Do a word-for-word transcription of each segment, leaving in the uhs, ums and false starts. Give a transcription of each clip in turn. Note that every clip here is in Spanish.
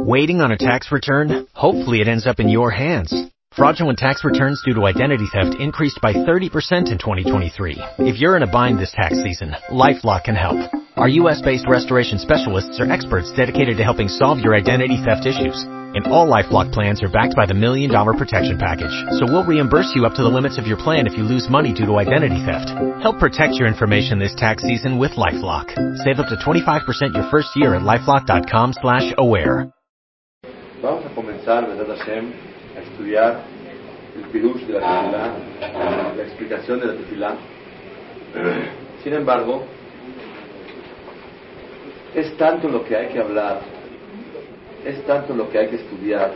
Waiting on a tax return? Hopefully it ends up in your hands. Fraudulent tax returns due to identity theft increased by thirty percent in twenty twenty-three. If you're in a bind this tax season, LifeLock can help. Our U S-based restoration specialists are experts dedicated to helping solve your identity theft issues. And all LifeLock plans are backed by the Million Dollar Protection Package. So we'll reimburse you up to the limits of your plan if you lose money due to identity theft. Help protect your information this tax season with LifeLock. Save up to twenty-five percent your first year at LifeLock.com slash aware. Vamos a comenzar, ¿verdad, Hashem? A estudiar el pirush de la tefilá, la explicación de la tefilá. Sin embargo, es tanto lo que hay que hablar, es tanto lo que hay que estudiar,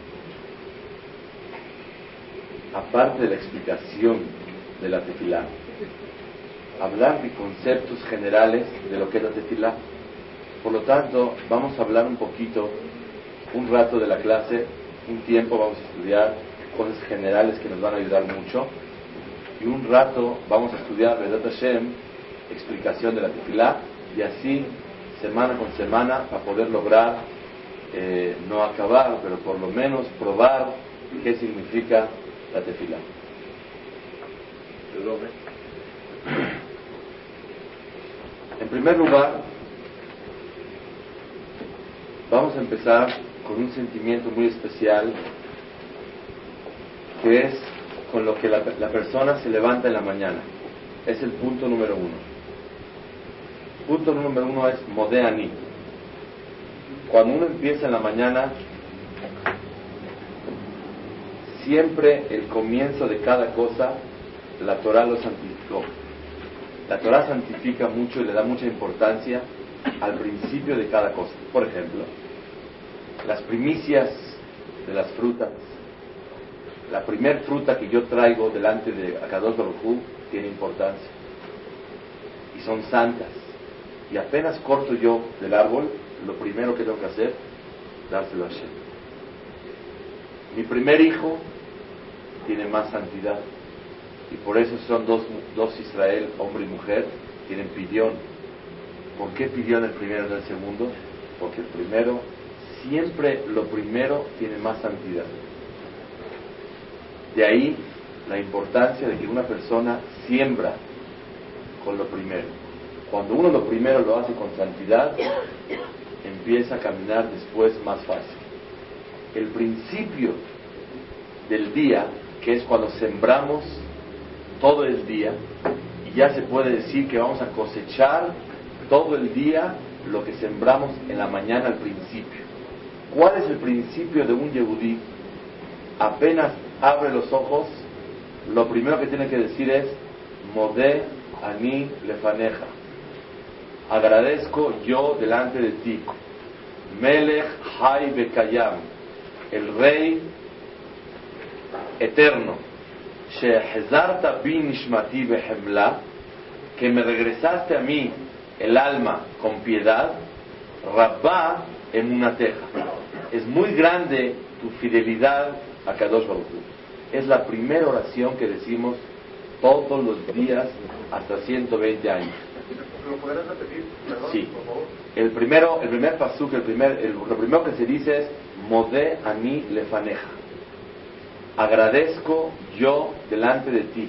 aparte de la explicación de la tefilá, hablar de conceptos generales de lo que es la tefilá. Por lo tanto, vamos a hablar un poquito, un rato de la clase, un tiempo vamos a estudiar cosas generales que nos van a ayudar mucho, y un rato vamos a estudiar, Vedat Hashem, explicación de la tefilá, y así, semana con semana, para poder lograr, eh, no acabar, pero por lo menos probar qué significa la tefilá. En primer lugar, vamos a empezar con un sentimiento muy especial, que es con lo que la, la persona se levanta en la mañana. Es el punto número uno. Punto número uno es Modeani. Cuando uno empieza en la mañana, siempre el comienzo de cada cosa, la Torah lo santificó. La Torah santifica mucho y le da mucha importancia al principio de cada cosa. Por ejemplo, las primicias de las frutas, la primer fruta que yo traigo delante de Akadosh Baruj Hu tiene importancia y son santas, y apenas corto yo del árbol, lo primero que tengo que hacer, dárselo a Hashem. Mi primer hijo tiene más santidad, y por eso son dos, dos Israel, hombre y mujer, tienen pidión. ¿Por qué pidión el primero y no el segundo? Porque el primero, siempre lo primero tiene más santidad. De ahí la importancia de que una persona siembra con lo primero. Cuando uno lo primero lo hace con santidad, empieza a caminar después más fácil. El principio del día, que es cuando sembramos todo el día, y ya se puede decir que vamos a cosechar todo el día lo que sembramos en la mañana al principio. ¿Cuál es el principio de un yehudí? Apenas abre los ojos, lo primero que tiene que decir es Modé ani lefaneja, agradezco yo delante de ti, Melech hay bekayam, el rey eterno, Shehezarta bi nishmati behemla, que me regresaste a mí el alma con piedad, Rabbá emunateja, es muy grande tu fidelidad a Kadosh Baruj Hu. Es la primera oración que decimos todos los días hasta ciento veinte años. ¿Lo podrás repetir? Perdón, sí. Por favor. El primero, el primer pasuk, el primer, el, lo primero que se dice es Modé ani lefaneja. Agradezco yo delante de ti.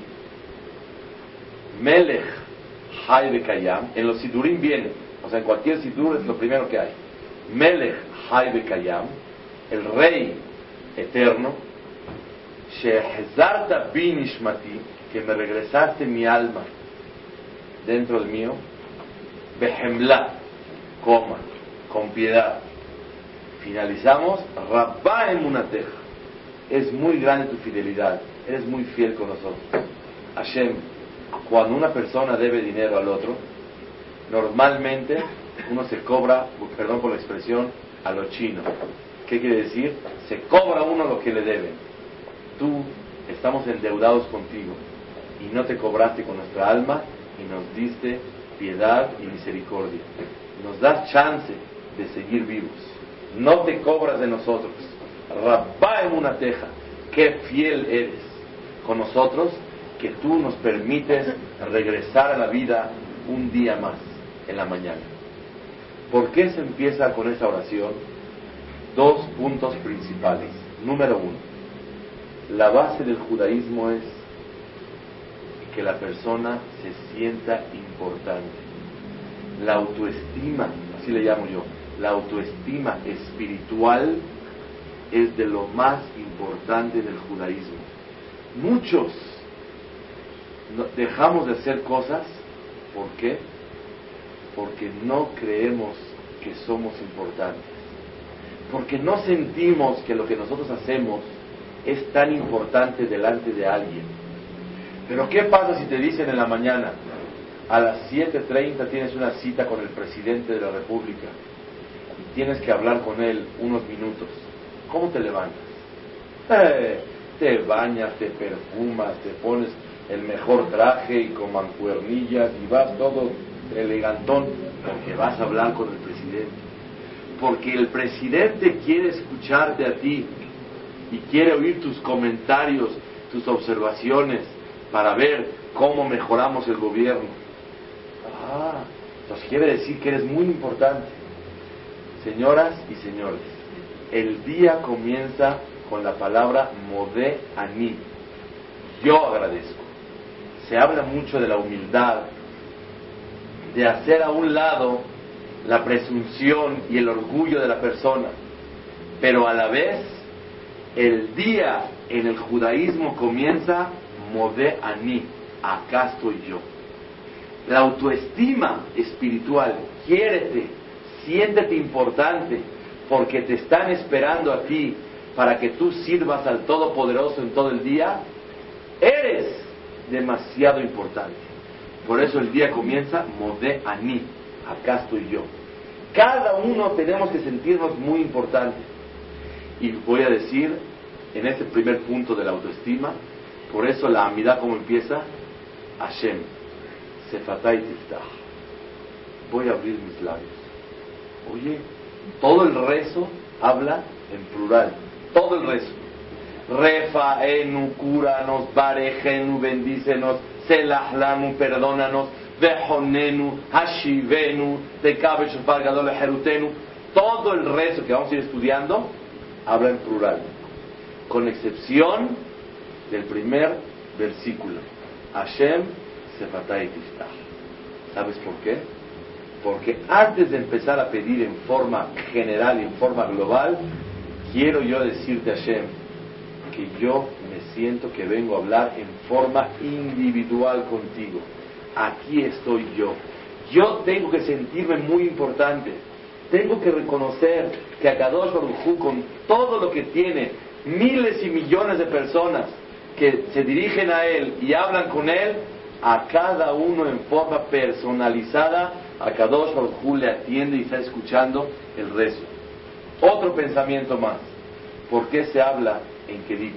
Melech hay bekayam. En los sidurim viene, o sea, en cualquier sidur es lo primero que hay. Melech hay bekayam, el rey eterno, Shehezarta bi nishmati, que me regresaste mi alma dentro del mío, Behemla, coma, con piedad. Finalizamos, Rabbá emunateja, es muy grande tu fidelidad, eres muy fiel con nosotros. Hashem, cuando una persona debe dinero al otro, normalmente uno se cobra, perdón por la expresión, a lo chino. ¿Qué quiere decir? Se cobra uno lo que le deben. Tú, estamos endeudados contigo y no te cobraste con nuestra alma y nos diste piedad y misericordia. Nos das chance de seguir vivos. No te cobras de nosotros. Rabbá emunateja, qué fiel eres con nosotros, que tú nos permites regresar a la vida un día más en la mañana. ¿Por qué se empieza con esa oración? dos puntos principales. Número uno, la base del judaísmo es que la persona se sienta importante. La autoestima, así le llamo yo, la autoestima espiritual es de lo más importante del judaísmo. Muchos no, dejamos de hacer cosas, ¿por qué? Porque no creemos que somos importantes, porque no sentimos que lo que nosotros hacemos es tan importante delante de alguien. Pero ¿qué pasa si te dicen en la mañana, a las siete treinta tienes una cita con el presidente de la República y tienes que hablar con él unos minutos? ¿Cómo te levantas? Eh, te bañas, te perfumas, te pones el mejor traje y con mancuernillas y vas todo elegantón, porque vas a hablar con el presidente. Porque el presidente quiere escucharte a ti y quiere oír tus comentarios, tus observaciones, para ver cómo mejoramos el gobierno. Ah, entonces quiere decir que eres muy importante. Señoras y señores, el día comienza con la palabra modé ani. Yo agradezco. Se habla mucho de la humildad, de hacer a un lado la presunción y el orgullo de la persona, pero a la vez el día en el judaísmo comienza modé ani, acá estoy yo. La autoestima espiritual, quiérete, siéntete importante, porque te están esperando a ti para que tú sirvas al Todopoderoso en todo el día. Eres demasiado importante. Por eso el día comienza modé ani, acá estoy yo. Cada uno tenemos que sentirnos muy importantes. Y voy a decir, en este primer punto de la autoestima, por eso la amidad, ¿cómo empieza? Hashem, sefatay tiftah. Voy a abrir mis labios. Oye, todo el rezo habla en plural, todo el rezo. Refaenu, cúranos, barejenu, bendícenos, selahlanu, perdónanos, vejonenu, hashivenu, tekabe shofar gadol jerutenu. Todo el rezo que vamos a ir estudiando habla en plural, con excepción del primer versículo. Hashem sefatay tiftah. ¿Sabes por qué? Porque antes de empezar a pedir en forma general y en forma global, quiero yo decirte, Hashem, que yo me siento que vengo a hablar en forma individual contigo. Aquí estoy yo. Yo tengo que sentirme muy importante. Tengo que reconocer que Akadosh Baruj Hu, con todo lo que tiene, miles y millones de personas que se dirigen a Él y hablan con Él, a cada uno en forma personalizada, Akadosh Baruj Hu le atiende y está escuchando el rezo. Otro pensamiento más. ¿Por qué se habla en quedito?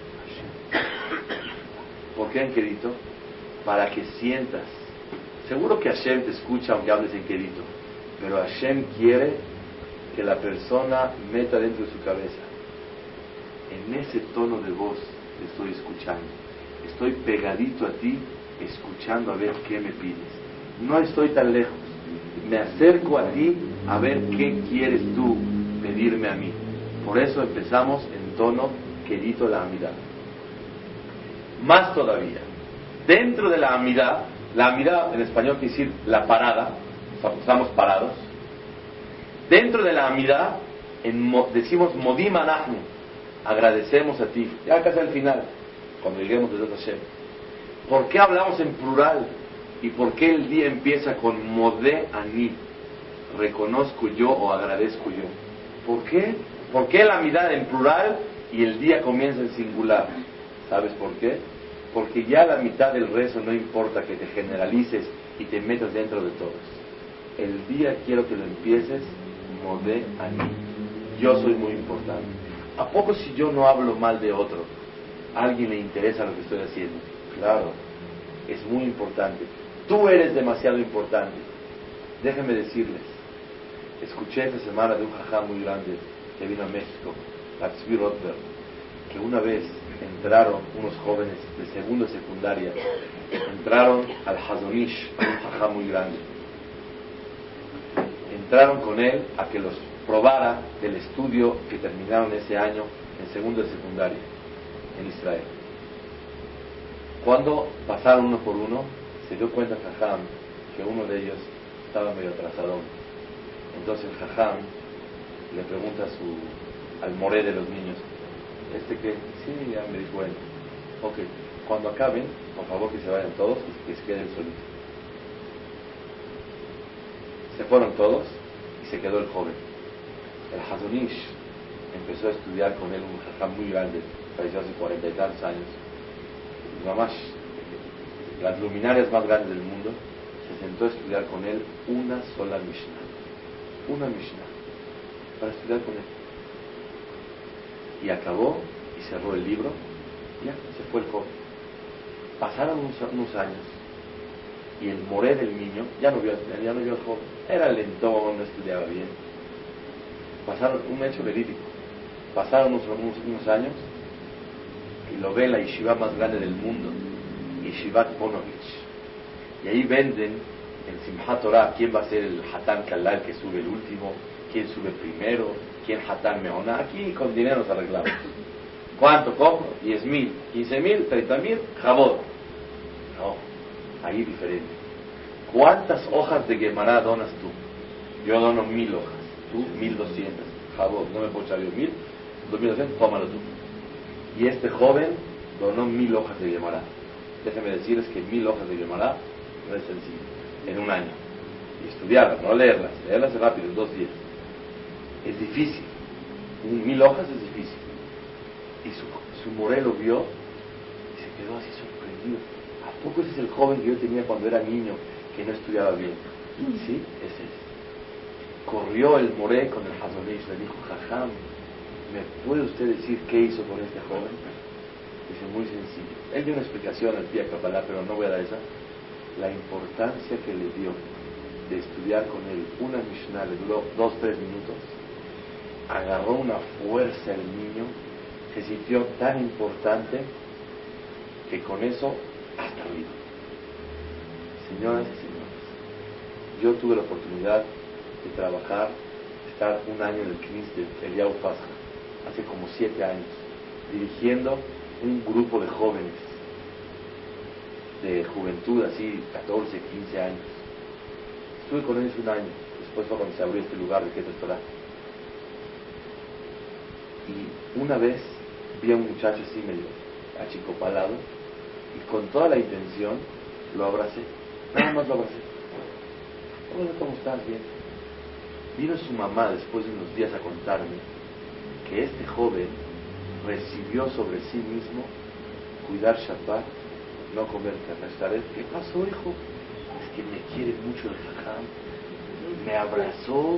¿Por qué en quedito? Para que sientas. Seguro que Hashem te escucha aunque hables en quedito, pero Hashem quiere que la persona meta dentro de su cabeza: en ese tono de voz te estoy escuchando, estoy pegadito a ti, escuchando a ver qué me pides. No estoy tan lejos, me acerco a ti a ver qué quieres tú pedirme a mí. Por eso empezamos en tono quedito la amidad. Más todavía, dentro de la amidad, la amidad en español quiere decir la parada, estamos parados. Dentro de la amidad en, decimos modim anachnu, agradecemos a ti, ya casi al final, cuando lleguemos a Hashem. ¿Por qué hablamos en plural? ¿Y por qué el día empieza con modé ani? Reconozco yo o agradezco yo. ¿Por qué? ¿Por qué la amidad en plural y el día comienza en singular? ¿Sabes por qué? Porque ya la mitad del rezo no importa que te generalices y te metas dentro de todos. El día quiero que lo empieces modé ani. Yo soy muy importante. ¿A poco si yo no hablo mal de otro, a alguien le interesa lo que estoy haciendo? Claro, es muy importante. Tú eres demasiado importante. Déjenme decirles, escuché esta semana de un jajá muy grande que vino a México, Tzvi Rotberg, que una vez entraron unos jóvenes de segundo secundaria, entraron al Hazonish, un jajá muy grande. Entraron con él a que los probara el estudio que terminaron ese año en segundo de secundaria en Israel. Cuando pasaron uno por uno, se dio cuenta Jajam que uno de ellos estaba medio atrasadón. Entonces el Jajam le pregunta a su, al moré de los niños, ¿este qué? Sí, ya me di cuenta. Ok, cuando acaben, por favor que se vayan todos y que se queden solitos. Se fueron todos y se quedó el joven. El Hazonish empezó a estudiar con él, un Jajam muy grande, falleció hace cuarenta y tantos años. Mamás, las luminarias más grandes del mundo, se sentó a estudiar con él una sola Mishnah. Una Mishnah. Para estudiar con él. Y acabó y cerró el libro. Ya, se fue el joven. Pasaron unos, unos años y el moré del niño ya no vio, ya no vio al joven. Era lentón, no estudiaba bien. Pasaron un hecho verídico. Pasaron unos, unos, unos años y lo ve la yeshiva más grande del mundo, Yeshivat Ponovich. Y ahí venden en Simchat Torah quién va a ser el Hatán Kalal que sube el último, quién sube primero, quién Hatán Meoná. Aquí con dinero nos arreglamos. ¿Cuánto compro? diez mil, quince mil, treinta mil, jabot. No, ahí diferente. ¿Cuántas hojas de Gemara donas tú? Yo dono mil hojas, tú mil doscientas. Jabot, no me puedo echar yo mil, dos mil doscientas, tómalo tú. Y este joven donó mil hojas de Gemara. Déjenme decirles que mil hojas de Gemara no es sencillo, en un año. Y estudiarlas, no leerlas, leerlas rápido, en dos días. Es difícil. Mil hojas es difícil. Y su, su moré lo vio y se quedó así sorprendido. ¿A poco ese es el joven que yo tenía cuando era niño, que no estudiaba bien? Sí, ese es. Corrió el moré con el Hazonish, le dijo, Jajam, ¿me puede usted decir qué hizo con este joven? Dice, muy sencillo. Él dio una explicación al pie Kabbalah, pero no voy a dar esa. La importancia que le dio de estudiar con él una Mishnah, le duró dos, tres minutos, agarró una fuerza el niño, se sintió tan importante que con eso hasta arriba. Señoras y señores, yo tuve la oportunidad de trabajar, estar un año en el Knis de Eliyahu Pascha, hace como siete años, dirigiendo un grupo de jóvenes, de juventud, así, catorce, quince años. Estuve con ellos un año, después fue cuando se abrió este lugar de Keter Torah. Y una vez vi a un muchacho así medio achicopalado, y con toda la intención lo abracé, nada más lo abracé. Hola, ¿cómo estás? Bien. Vino su mamá después de unos días a contarme que este joven recibió sobre sí mismo cuidar Shabbat, no comer carne. ¿Qué pasó, hijo? Es que me quiere mucho el Jajam, me abrazó.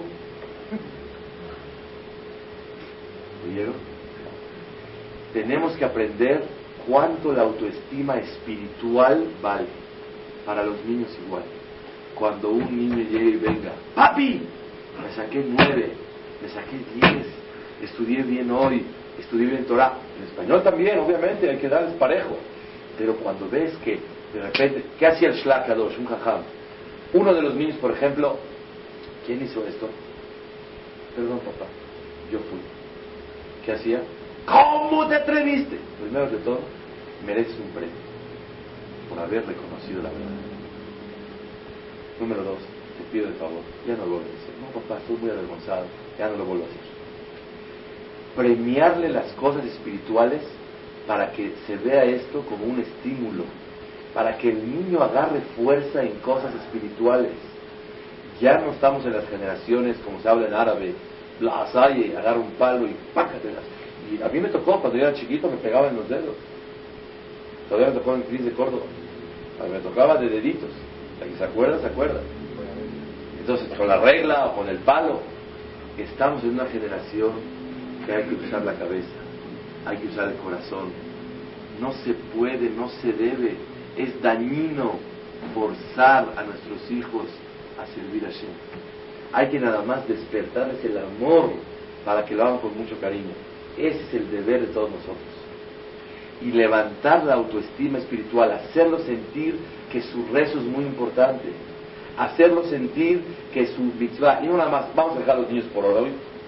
¿Oyeron? Tenemos que aprender cuánto la autoestima espiritual vale. Para los niños igual. Cuando un niño llegue y venga, papi, me saqué nueve, me saqué diez, estudié bien hoy, estudié bien Torah. En español también, obviamente, hay que darles parejo. Pero cuando ves que, de repente, ¿qué hacía el Shlach Kadosh, un jajam? Uno de los niños, por ejemplo, ¿quién hizo esto? Perdón, papá, yo fui. ¿Qué hacía? ¿Cómo te atreviste? Primero que todo, mereces un premio por haber reconocido la verdad. Número dos, te pido el favor, ya no lo vuelvo a decir. No, papá, estoy muy avergonzado, ya no lo vuelvo a hacer. Premiarle las cosas espirituales para que se vea esto como un estímulo, para que el niño agarre fuerza en cosas espirituales. Ya no estamos en las generaciones, como se habla en árabe, la asaye, agarra un palo y pácatelas. Y a mí me tocó, cuando yo era chiquito, me pegaba en los dedos. Todavía me tocó en el Cris de Córdoba. A mí me tocaba de deditos. ¿La que se acuerda, se acuerda? Entonces, con la regla o con el palo, estamos en una generación que hay que usar la cabeza, hay que usar el corazón. No se puede, no se debe, es dañino forzar a nuestros hijos a servir a Hashem. Hay que nada más despertarles el amor para que lo hagan con mucho cariño. Ese es el deber de todos nosotros. Y levantar la autoestima espiritual, hacerlo sentir que su rezo es muy importante, hacerlo sentir que su mitzvah, y no nada más, vamos a dejar a los niños por hoy,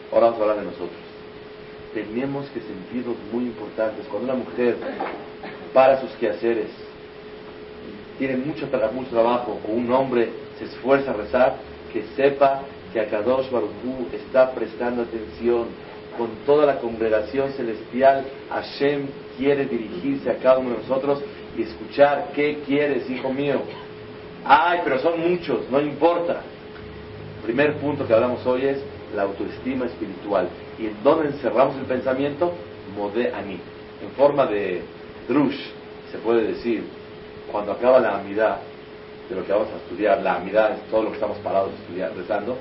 Ahora vamos a hablar de nosotros. Tenemos que sentirnos muy importantes. Cuando una mujer para sus quehaceres, tiene mucho, mucho trabajo, o un hombre se esfuerza a rezar, que sepa que Akadosh Baruj Hu está prestando atención. Con toda la congregación celestial, Hashem quiere dirigirse a cada uno de nosotros y escuchar: ¿qué quieres, hijo mío? Ay, pero son muchos, no importa. El primer punto que hablamos hoy es la autoestima espiritual. ¿Y en dónde encerramos el pensamiento? Modé Ani. En forma de drush, se puede decir, cuando acaba la amidad de lo que vamos a estudiar, la amidad es todo lo que estamos parados estudiando, rezando.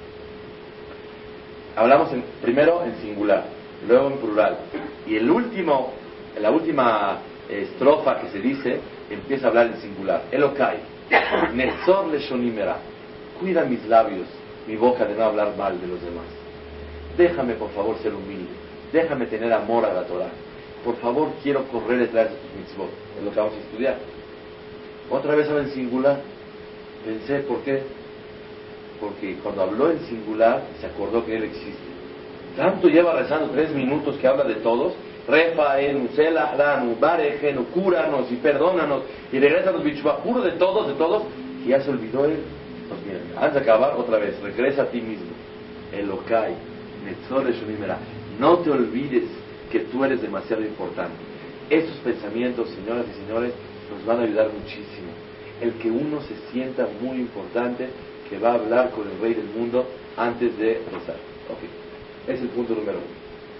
Hablamos en, primero en singular, luego en plural, y el último, la última estrofa que se dice empieza a hablar en singular. Elokai, Netzor Leshonimera, cuida mis labios, mi boca, de no hablar mal de los demás. Déjame, por favor, ser humilde. Déjame tener amor a la Torah. Por favor, quiero correr detrás de tus mitzvot. Es lo que vamos a estudiar. Otra vez habla en singular. Pensé, ¿por qué? Porque cuando habló en singular, se acordó que Él existe. Tanto lleva rezando tres minutos que habla de todos. Refaenu, Selahlanu, Barejenu, cúranos y perdónanos. Y regresa a los bichubá, puro de todos, de todos. Y ya se olvidó Él. Pues miren, antes de acabar, otra vez, regresa a ti mismo. Elokai, Netzor Shonimera. No te olvides que tú eres demasiado importante. Estos pensamientos, señoras y señores, nos van a ayudar muchísimo. El que uno se sienta muy importante, que va a hablar con el Rey del mundo antes de rezar. Okay. Es el punto número uno.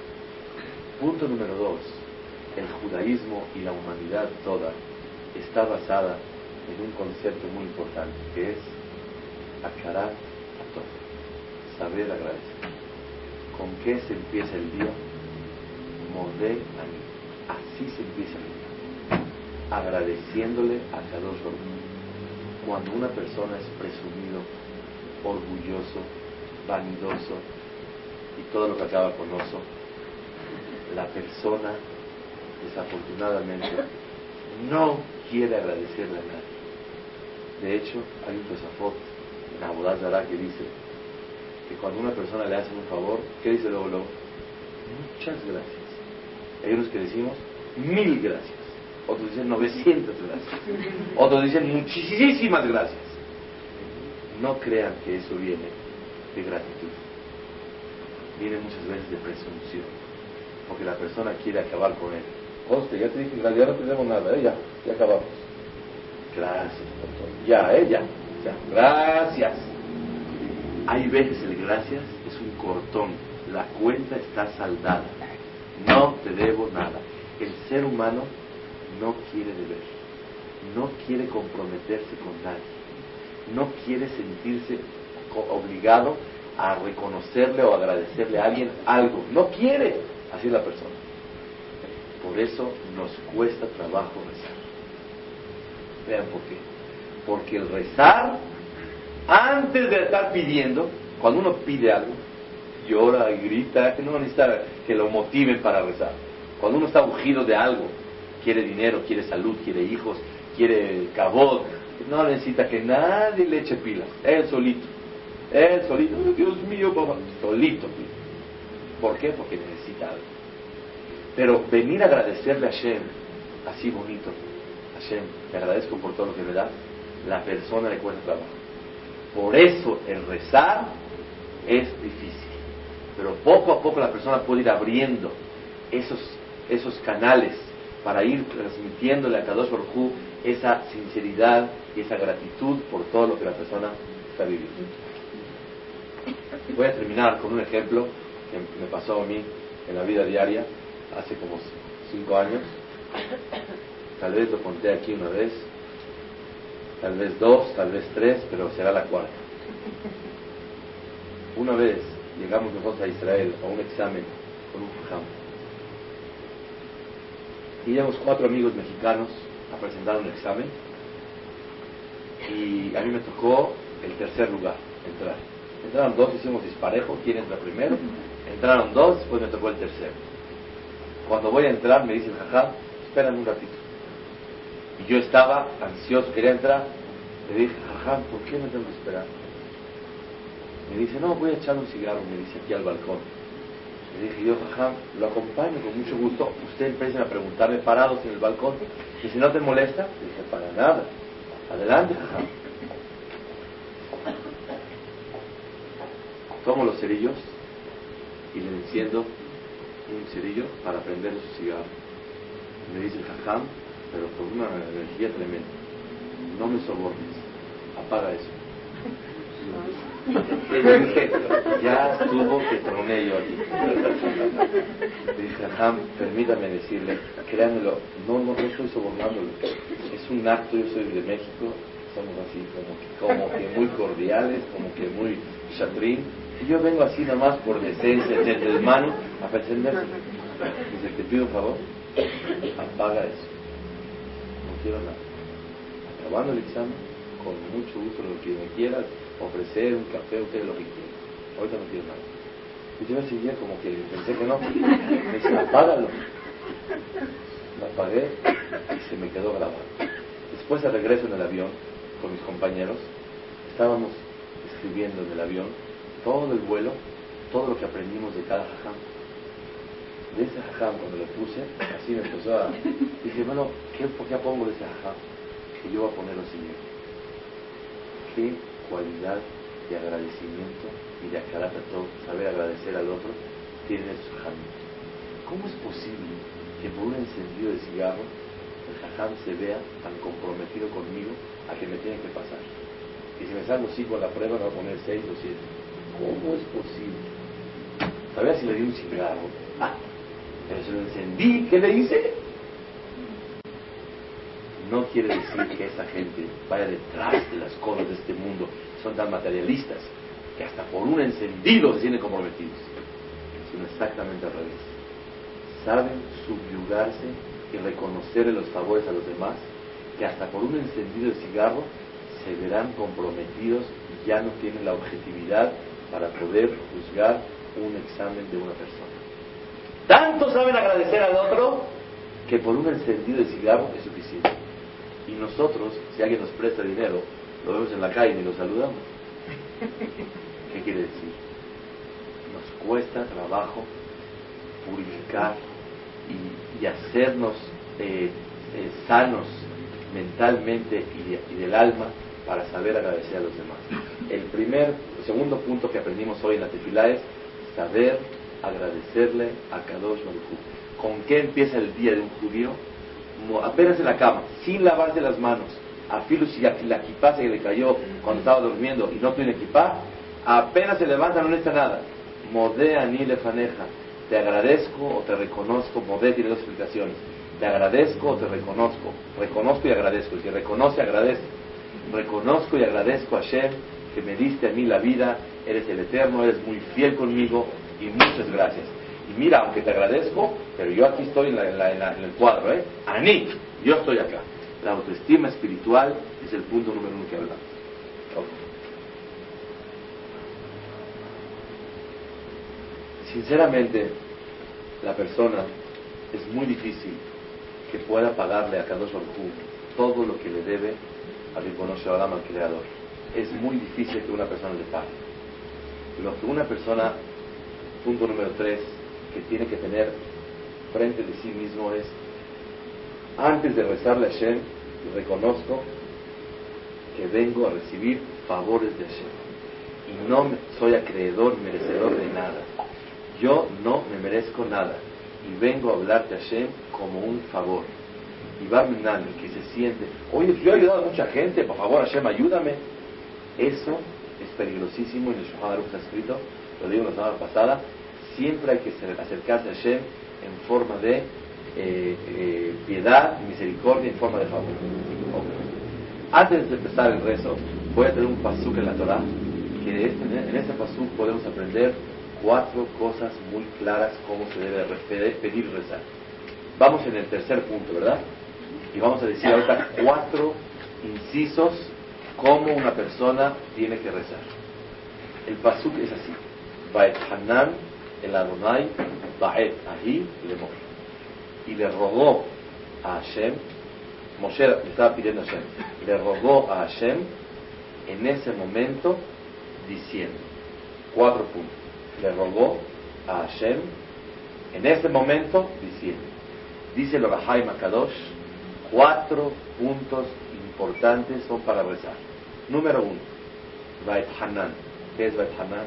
Punto número dos. El judaísmo y la humanidad toda está basada en un concepto muy importante, que es Akarat Atov, saber agradecer. ¿Con qué se empieza el día? Modé Ani. Así se empieza el día, agradeciéndole a Kadosh Baruj Hu. Cuando una persona es presumido, orgulloso, vanidoso y todo lo que acaba con oso, la persona desafortunadamente no quiere agradecerle a nadie. De hecho, hay un Tosafot en Avodat Zará que dice que cuando una persona le hace un favor, ¿qué dice luego? luego? Muchas gracias. Hay unos que decimos mil gracias, otros dicen novecientas gracias, otros dicen muchísimas gracias. No crean que eso viene de gratitud, viene muchas veces de presunción, porque la persona quiere acabar con él. Hostia, ya te dije que ya no tenemos nada, ¿eh? ya, ya acabamos. Gracias por todo. Ya, ¿eh? ya, ya, gracias. Hay veces el gracias es un cortón, la cuenta está saldada, no te debo nada. El ser humano no quiere deber, no quiere comprometerse con nadie, no quiere sentirse obligado a reconocerle o agradecerle a alguien algo, no quiere, así es la persona. Por eso nos cuesta trabajo rezar. Vean por qué. Porque el rezar, antes de estar pidiendo, cuando uno pide algo, llora y grita, que no necesita que lo motiven para rezar. Cuando uno está ungido de algo, quiere dinero, quiere salud, quiere hijos, quiere cabot, no necesita que nadie le eche pilas, él solito, él solito, oh, Dios mío, papá, solito. ¿Por qué? Porque necesita algo. Pero venir a agradecerle a Hashem, así bonito, Hashem, te agradezco por todo lo que me das, la persona le cuesta trabajo. Por eso el rezar es difícil, pero poco a poco la persona puede ir abriendo esos, esos canales para ir transmitiéndole a Kadosh Baruj Hu esa sinceridad y esa gratitud por todo lo que la persona está viviendo. Voy a terminar con un ejemplo que me pasó a mí en la vida diaria hace como cinco años. Tal vez lo conté aquí una vez, tal vez dos, tal vez tres, pero será la cuarta. Una vez llegamos nosotros a Israel a un examen con un jajam. Y íbamos cuatro amigos mexicanos a presentar un examen. Y a mí me tocó el tercer lugar, entrar. Entraron dos, hicimos disparejo, quién entra primero. Entraron dos, después me tocó el tercero. Cuando voy a entrar me dice el jajam, espérame un ratito. Y yo estaba ansioso, quería entrar. Le dije, jajam, ¿por qué me tengo que esperar? Me dice, no, voy a echar un cigarro, me dice, aquí al balcón. Le dije yo, jajam, lo acompaño con mucho gusto. Usted empieza a preguntarme parados en el balcón. Y si no te molesta, le dije, para nada. Adelante, jajam. Tomo los cerillos y le enciendo un cerillo para prender su cigarro. Me dice el jajam, pero con una energía tremenda. No me sobornes, apaga eso. Le dije, ya estuvo que troné yo aquí. Le dije, jajam, permítame decirle, créanmelo, no, no, no estoy sobornándolo. Es un acto, yo soy de México, somos así como, como que muy cordiales, como que muy chatrín. Y yo vengo así nomás por decencia, gentleman, a pretenderse. Dice, te pido un favor, apaga eso. No quiero nada. Acabando el examen, con mucho gusto, lo que me quieras ofrecer, un café, usted lo que quiera. Ahorita no quiero nada. Y yo ese día como que pensé que no. Me dice, apágalo. Lo apagué y se me quedó grabado. Después de regreso en el avión con mis compañeros, estábamos escribiendo en el avión todo el vuelo, todo lo que aprendimos de cada jajam. De ese jajam, cuando lo puse, así me empezó a... Dije, bueno, ¿qué, ¿por qué pongo de ese jajam? Y yo voy a poner lo siguiente. ¿Qué cualidad de agradecimiento y de todo, saber agradecer al otro, tiene su jajam? ¿Cómo es posible que por un encendido de cigarro el jajam se vea tan comprometido conmigo a que me tiene que pasar? Y si me salgo cinco a la prueba, me va a poner seis o siete. ¿Cómo es posible? ¿Sabía si le di un cigarro? Ah, pero se lo encendí. ¿Qué le hice? No quiere decir que esa gente vaya detrás de las cosas de este mundo. Son tan materialistas que hasta por un encendido se sienten comprometidos. Sino exactamente al revés. Saben subyugarse y reconocerle los favores a los demás, que hasta por un encendido de cigarro se verán comprometidos y ya no tienen la objetividad para poder juzgar un examen de una persona. Tanto saben agradecer al otro que por un encendido de cigarro es suficiente. Y nosotros, si alguien nos presta dinero, lo vemos en la calle y nos saludamos. ¿Qué quiere decir? Nos cuesta trabajo purificar y, y hacernos eh, eh, sanos mentalmente y, de, y del alma para saber agradecer a los demás. El primer, el segundo punto que aprendimos hoy en la tefilá es saber agradecerle a Kadosh Baruj Hu. ¿Con qué empieza el día de un judío? Apenas en la cama, sin lavarse las manos. A Filo, si la kipá se le cayó cuando estaba durmiendo y no tiene kipá, apenas se levanta, no necesita nada. Modé ani lefaneja. Te agradezco o te reconozco. Modé tiene dos explicaciones. Te agradezco o te reconozco. Reconozco y agradezco. El que reconoce, agradece. Reconozco y agradezco a Hashem que me diste a mí la vida. Eres el Eterno, eres muy fiel conmigo y muchas gracias. Y mira, aunque te agradezco, pero yo aquí estoy en, la, en, la, en, la, en el cuadro, ¿eh? Aní, yo estoy acá. La autoestima espiritual es el punto número uno que hablamos. Okay. Sinceramente, la persona es muy difícil que pueda pagarle a Kadosh Baruj Hu todo lo que le debe a Ribono Shel Olam, al Creador. Es muy difícil que una persona le pague. Lo que una persona, punto número tres, que tiene que tener frente de sí mismo es, antes de rezarle a Hashem, reconozco que vengo a recibir favores de Hashem y no soy acreedor, merecedor de nada. Yo no me merezco nada y vengo a hablarte a Hashem como un favor. Y Barminan, que se siente, oye, yo he ayudado a mucha gente, por favor Hashem, ayúdame. Eso es peligrosísimo, y en el Shulchan Aruch está escrito, lo digo la semana pasada, siempre hay que acercarse a Hashem en forma de eh, eh, piedad, misericordia, en forma de favor. Okay. Antes de empezar el rezo, voy a tener un pasuk en la Torah, que este, en ese pasuk podemos aprender cuatro cosas muy claras cómo se debe pedir y rezar. Vamos en el tercer punto, ¿verdad? Y vamos a decir ahorita cuatro incisos cómo una persona tiene que rezar. El pasuk es así: Vaet Hanan el Adonai Vaet Ahi Lemor. Y le rogó a Hashem, Moshe le estaba pidiendo a Hashem, le rogó a Hashem en ese momento diciendo, cuatro puntos. Le rogó a Hashem En este momento, diciendo, dice el Orahai Makadosh, cuatro puntos importantes son para rezar. Número uno, Bait Hanan. ¿Qué es Bait Hanan?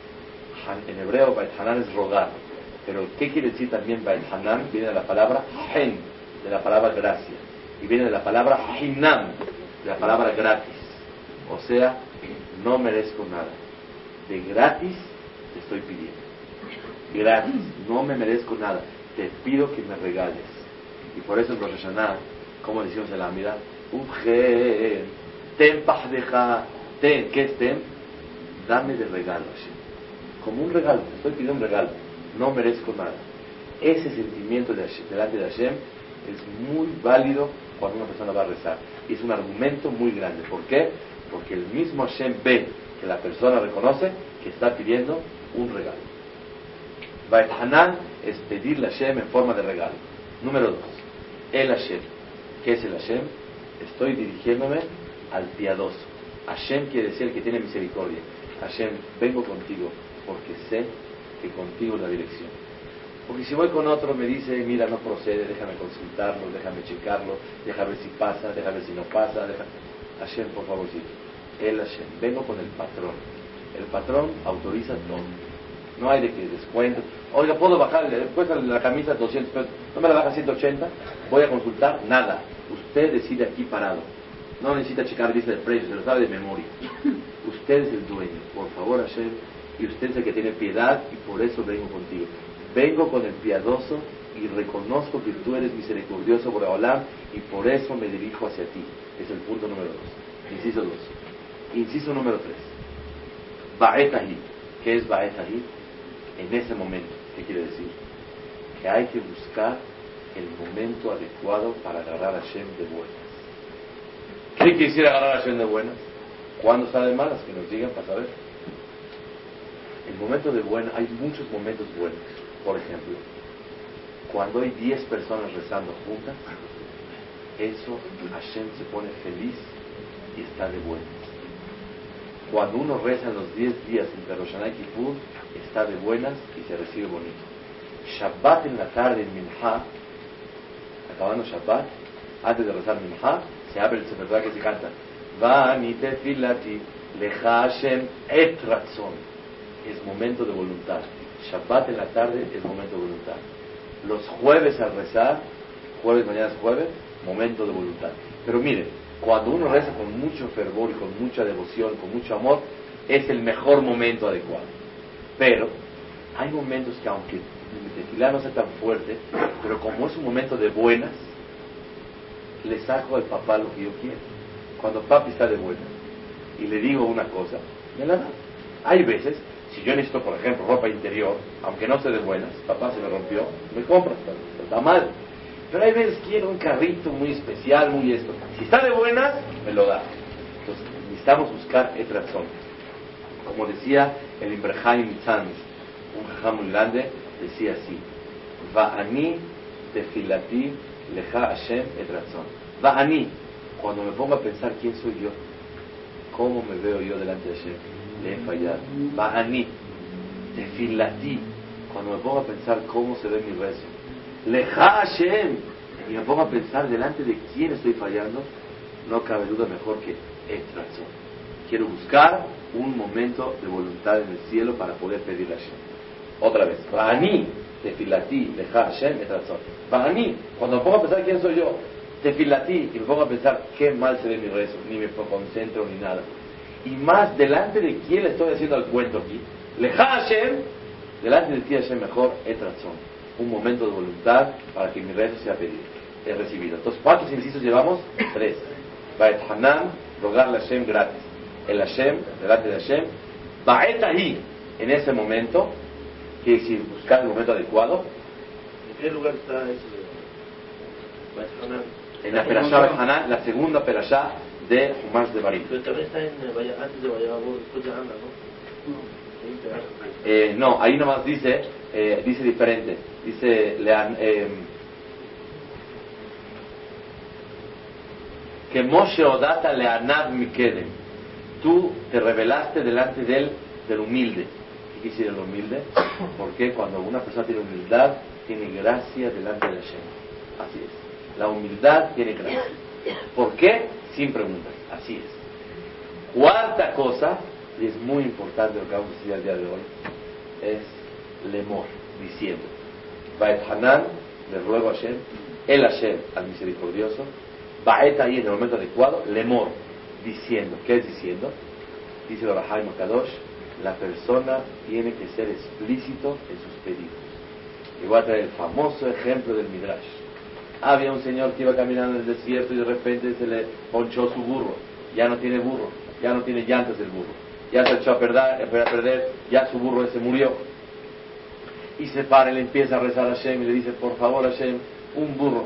En hebreo, Bait Hanan es rogar. Pero, ¿qué quiere decir también Bait Hanan? Viene de la palabra Hen, de la palabra gracia. Y viene de la palabra Hinam, de la palabra gratis. O sea, no merezco nada. De gratis te estoy pidiendo. Gratis, no me merezco nada. Te pido que me regales. Y por eso en Rosh Hashanah, como decimos en la Amida, Ujen, ten pajdeja, ten, ¿qué es ten? Dame de regalo, Hashem. Como un regalo, te estoy pidiendo un regalo. No merezco nada. Ese sentimiento de Hashem, delante de Hashem es muy válido cuando una persona va a rezar. Y es un argumento muy grande. ¿Por qué? Porque el mismo Hashem ve que la persona reconoce que está pidiendo un regalo. Bait Hanan es pedirle a Hashem en forma de regalo. Número dos, el Hashem. ¿Qué es el Hashem? Estoy dirigiéndome al piadoso. Hashem quiere decir el que tiene misericordia. Hashem, vengo contigo porque sé que contigo es la dirección. Porque si voy con otro me dice, mira, no procede, déjame consultarlo, déjame checarlo, déjame ver si pasa, déjame ver si no pasa. Déjame... Hashem, por favor, sí. El Hashem, vengo con el patrón. El patrón autoriza todo. No hay de que descuento. Oiga, ¿puedo bajarle? Cuesta la camisa doscientos pesos. ¿No me la baja ciento ochenta? Voy a consultar. Nada. Usted decide aquí parado. No necesita checar lista de precios, se lo sabe de memoria. Usted es el dueño. Por favor, Hashem. Y usted es el que tiene piedad y por eso vengo contigo. Vengo con el piadoso y reconozco que tú eres misericordioso por Olam y por eso me dirijo hacia ti. Es el punto número dos. Inciso dos. Inciso número tres. Ba'etahi. ¿Qué es Ba'etahi? En ese momento, ¿qué quiere decir? Que hay que buscar el momento adecuado para agarrar a Hashem de buenas. ¿Qué quisiera agarrar a Hashem de buenas? ¿Cuándo está de malas? Que nos digan para saber. El momento de buenas, hay muchos momentos buenos. Por ejemplo, cuando hay diez personas rezando juntas, eso Hashem se pone feliz y está de buenas. Cuando uno reza en los diez días entre Rosh Hashanah y Kippur, está de buenas y se recibe bonito. Shabbat en la tarde en Minha, acabando Shabbat, antes de rezar Minha, se abre el Sefer Torah que se canta Vani tefilati lecha Hashem et ratzon. Es momento de voluntad. Shabbat en la tarde es momento de voluntad. Los jueves al rezar, jueves, mañana es jueves, momento de voluntad. Pero mire, cuando uno reza con mucho fervor y con mucha devoción, con mucho amor, es el mejor momento adecuado. Pero hay momentos que aunque el tefilá no sea tan fuerte, pero como es un momento de buenas, le saco al papá lo que yo quiero. Cuando papi está de buenas y le digo una cosa, me la da. Hay veces, si yo necesito, por ejemplo, ropa interior, aunque no esté de buenas, papá se me rompió, me compra, está, está mal. Pero hay veces quiero un carrito muy especial, muy esto. Si está de buenas, me lo da. Entonces, necesitamos buscar et razón. Como decía el Imberhaim Mitzanz, un jajam muy grande, decía así: Va'ani tefilati lecha Hashem et razón. Va'ani, cuando me pongo a pensar quién soy yo, cómo me veo yo delante de Hashem, le he fallado. Va'ani tefilati, cuando me pongo a pensar cómo se ve mi rezo, lecha Hashem, y me pongo a pensar delante de quién estoy fallando, no cabe duda mejor que et razón. Quiero buscar un momento de voluntad en el cielo para poder pedirle a Hashem. Otra vez, Va'ani tefilati lecha Hashem et razón. Va'ani, cuando me pongo a pensar quién soy yo, tefilati, y me pongo a pensar qué mal se ve mi rezo, ni me concentro ni nada. Y más, delante de quién le estoy haciendo el cuento aquí, lecha Hashem, delante de ti Hashem mejor et razón. Un momento de voluntad para que mi rezo sea pedido, he recibido. Entonces, ¿cuántos incisos llevamos? Tres. Ba'et Hanan, rogarle a Hashem gratis. El Hashem, delante de Hashem. Ba'et Ahi, en ese momento, quiere decir buscar el momento adecuado. ¿En qué lugar está eso de Ba'et Hanan? En la Perashá Ba'et Hanan, la segunda Perashá de Humash de Barim. Pero también está en, antes de Vayabor, después de Ana, ¿no? Eh, no, ahí nomás dice, eh, dice diferente. Dice, lean, eh, que Moshe Odata Leanab Mikedem, tú te revelaste delante de él, del humilde. ¿Qué quiere decir el humilde? Porque cuando una persona tiene humildad, tiene gracia delante de Hashem. Así es. La humildad tiene gracia. ¿Por qué? Sin preguntas. Así es. Cuarta cosa, y es muy importante lo que vamos a decir el día de hoy, es lemor, diciendo. Baet Hanan, le ruego a Hashem, el Hashem, al misericordioso, Baet ahí en el momento adecuado, lemor, diciendo. ¿Qué es diciendo? Dice el Rahaim Kadosh, la persona tiene que ser explícito en sus pedidos. Y voy a traer el famoso ejemplo del Midrash. Había un señor que iba caminando en el desierto y de repente se le ponchó su burro. Ya no tiene burro, ya no tiene llantas el burro. Ya se echó a perder, a perder, ya su burro se murió. Y se para y le empieza a rezar a Hashem y le dice, por favor Hashem, un burro.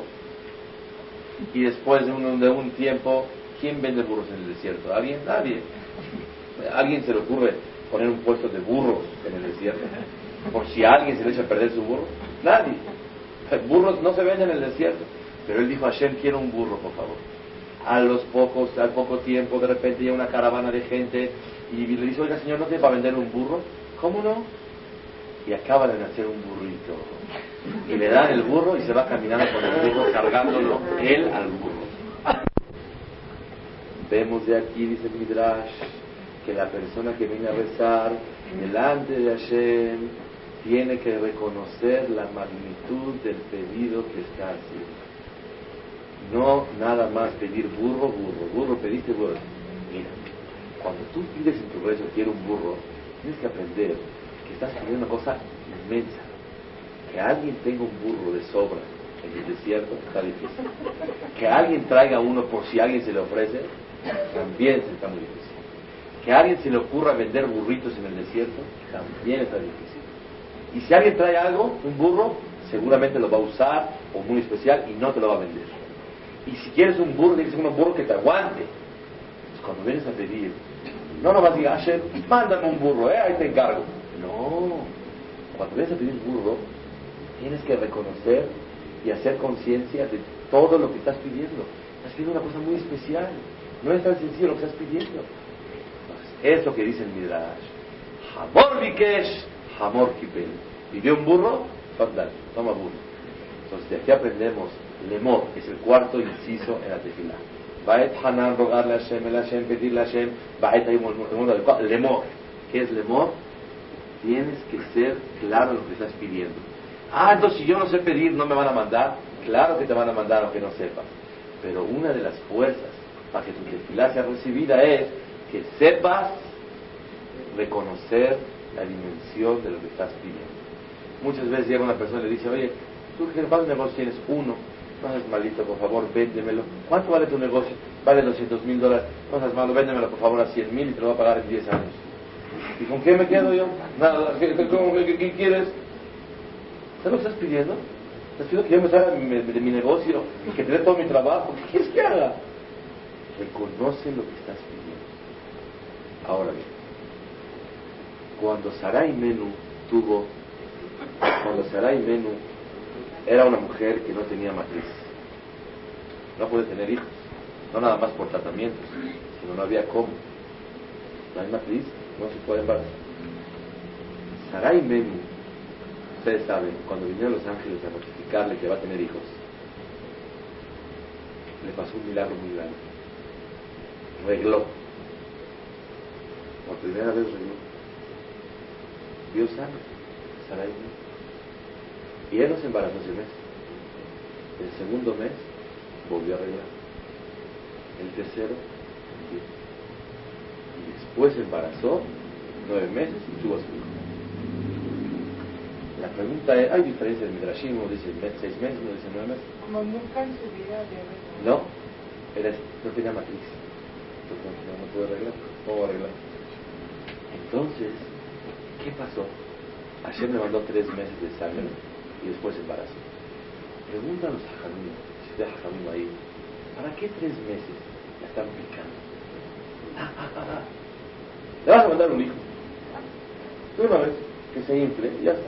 Y después de un, de un tiempo, ¿quién vende burros en el desierto? ¿Alguien? Nadie. ¿A alguien se le ocurre poner un puesto de burros en el desierto? Por si a alguien se le echa a perder su burro. Nadie. Burros no se venden en el desierto. Pero él dijo, Hashem, quiero un burro, por favor. A los pocos, al poco tiempo, de repente llega una caravana de gente y le dice, oiga señor, ¿no tiene para vender un burro? ¿Cómo no? Y acaba de nacer un burrito. Y le dan el burro y se va caminando con el burro, cargándolo él al burro. Vemos de aquí, dice el Midrash, que la persona que viene a rezar delante de Hashem tiene que reconocer la magnitud del pedido que está haciendo. No nada más pedir burro, burro, burro, pediste burro. Mira, cuando tú pides en tu rezo quiero un burro, tienes que aprender que estás pidiendo una cosa inmensa. Que alguien tenga un burro de sobra en el desierto está difícil. Que alguien traiga uno por si alguien se le ofrece, también está muy difícil. Que a alguien se le ocurra vender burritos en el desierto, también está difícil. Y si alguien trae algo, un burro, seguramente lo va a usar, o muy especial, y no te lo va a vender. Y si quieres un burro, tienes que ser un burro que te aguante. Pues cuando vienes a pedir, no nomás digas, Hashem, mándame un burro, eh, ahí te encargo. No, cuando vienes a pedir un burro, tienes que reconocer y hacer conciencia de todo lo que estás pidiendo. Estás pidiendo una cosa muy especial. No es tan sencillo lo que estás pidiendo. Es lo que dice el Midrash. Hamor Bikesh, Hamor Kipel. ¿Pidió un burro? Dale, toma burro. Entonces de aquí aprendemos Lemor, que es el cuarto inciso en la tefilá. Baet Hanan, rogarle a Hashem, el Hashem, pedirle a Hashem. Baet hay un mundo adecuado. Lemor. ¿Qué es Lemor? Tienes que ser claro en lo que estás pidiendo. Ah, entonces si yo no sé pedir, ¿no me van a mandar? Claro que te van a mandar aunque no sepas. Pero una de las fuerzas para que tu tefilá sea recibida es que sepas reconocer la dimensión de lo que estás pidiendo. Muchas veces llega una persona y le dice, oye, ¿tú qué negocio tienes? Uno. No seas malito, por favor, véndemelo. ¿Cuánto vale tu negocio? Vale doscientos mil dólares. No seas malo, véndemelo por favor a cien mil y te lo voy a pagar en diez años. ¿Y con qué me quedo yo? Nada, ¿qué, qué, qué, qué quieres? ¿Sabes lo que estás pidiendo? Estás pidiendo que yo me salga de mi, de mi negocio y que te dé todo mi trabajo. ¿Qué quieres que haga? Reconoce lo que estás pidiendo. Ahora bien, cuando Sarai Menú tuvo, cuando Sarai Menú era una mujer que no tenía matriz, no puede tener hijos, no nada más por tratamientos, sino no había cómo. No hay matriz, no se puede embarazar. Sarai Menú, ustedes saben, cuando vinieron los ángeles a notificarle que va a tener hijos, le pasó un milagro muy grande. Regló. Por primera vez regló. Vio sangre. Sarai Menú. Y él no se embarazó ese mes. El segundo mes volvió a arreglar. El tercero también. Y después se embarazó nueve meses y tuvo a su hijo. La pregunta es, ¿hay diferencia en Midrashim? Uno dice seis meses, uno dice nueve meses. Como nunca en su vida había arreglado. No, era, no tenía matriz. Entonces no, no pudo arreglar. ¿Cómo arreglar? Entonces, ¿qué pasó? Hashem le mandó tres meses de sangre y después embarazó. Pregúntanos a Jamín, si está Jamín ahí, ¿para qué tres meses la están picando? Ah, ah, ah, ah. Le vas a mandar un hijo. De una vez, que se infle y ya está.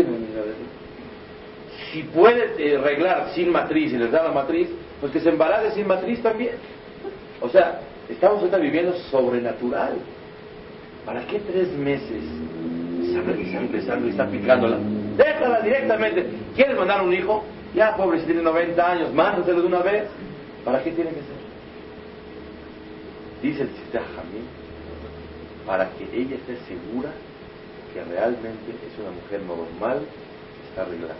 Si puede eh, arreglar sin matriz y les da la matriz, pues que se embarace sin matriz también. O sea, estamos ahorita viviendo sobrenatural. ¿Para qué tres meses sangre, y sangre, sangre, y está picándola. Déjala directamente. ¿Quieres mandar un hijo? Ya, pobre, si tiene noventa años, mándaselo de una vez. ¿Para qué tiene que ser? Dice el Tzitz Jamim, para que ella esté segura que realmente es una mujer normal que está arreglada.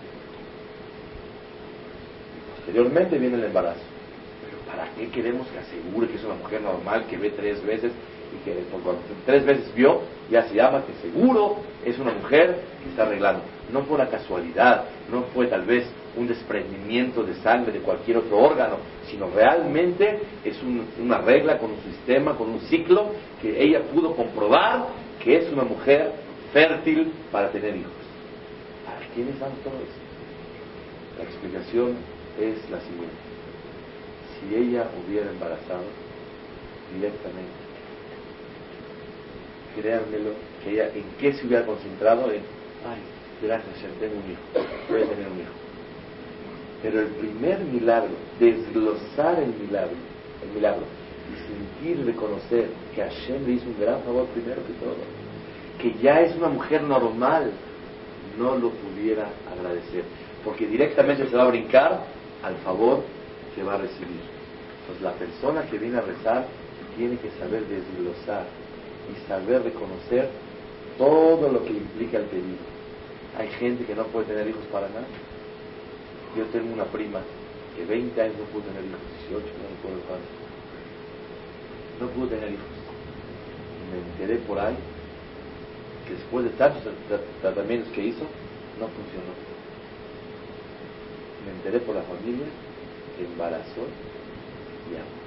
Y posteriormente viene el embarazo. Pero ¿para qué queremos que asegure que es una mujer normal que ve tres veces y que pues, cuando tres veces vio, ya se llama que seguro es una mujer que está arreglando? No fue una casualidad, no fue tal vez un desprendimiento de sangre de cualquier otro órgano, sino realmente es un, una regla con un sistema, con un ciclo que ella pudo comprobar que es una mujer fértil para tener hijos. ¿Para quiénes dan todo eso? La explicación es la siguiente: si ella hubiera embarazado directamente, créanmelo, que ella en qué se hubiera concentrado, en ay, gracias, ya tengo un hijo, voy a tener un hijo. Pero el primer milagro, desglosar el milagro, el milagro, y sentir, reconocer que Hashem le hizo un gran favor primero que todo, que ya es una mujer normal, no lo pudiera agradecer, porque directamente se va a brincar al favor que va a recibir. Entonces la persona que viene a rezar tiene que saber desglosar y saber reconocer todo lo que implica el pedido. Hay gente que no puede tener hijos para nada. Yo tengo una prima que veinte años no pudo tener hijos, dieciocho, no me acuerdo cuánto. No pudo tener hijos. Y me enteré por ahí que después de tantos tratamientos que hizo, no funcionó. Me enteré por la familia que embarazó y abortó.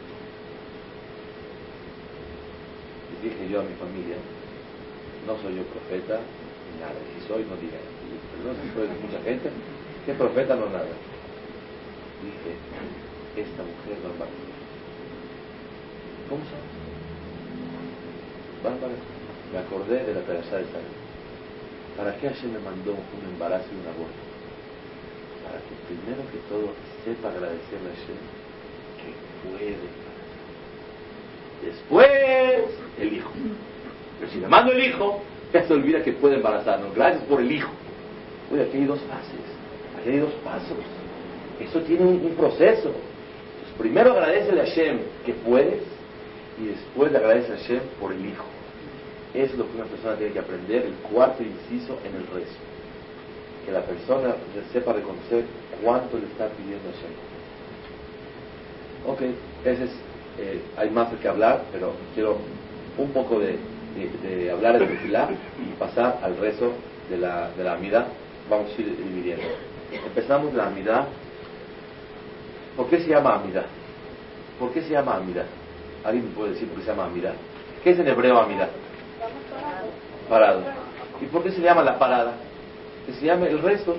Les dije yo a mi familia, no soy yo profeta, ni nada. Si soy, no digan. Pero no soy mucha gente. ¿Qué profeta? No nada. Dije, esta mujer va a embarazar. ¿Cómo sabes? Va a embarazar. Me acordé de la perashá de Sarah. ¿Para qué Hashem me mandó un embarazo y un aborto? Para que primero que todo sepa agradecerle a Hashem que puede embarazar. Después, el hijo. Pero si le mando el hijo, ya se olvida que puede embarazarnos. Gracias por el hijo. Oye, aquí hay dos fases. Aquí hay dos pasos. Eso tiene un, un proceso. Entonces, primero agradecele a Hashem que puedes y después le agradece a Hashem por el hijo. Eso es lo que una persona tiene que aprender, el cuarto inciso en el rezo. Que la persona sepa reconocer cuánto le está pidiendo a Hashem. Ok, ese es, eh, hay más de que hablar, pero quiero un poco de, de, de hablar de Tefilá y pasar al rezo de la, de la Amidá. Vamos a ir dividiendo. Empezamos la Amidá. ¿Por qué se llama Amidá? ¿Por qué se llama Amidá? ¿Alguien me puede decir por qué se llama Amidá? ¿Qué es en hebreo Amidá? Parado. ¿Y por qué se llama la parada? Que se llame el resto.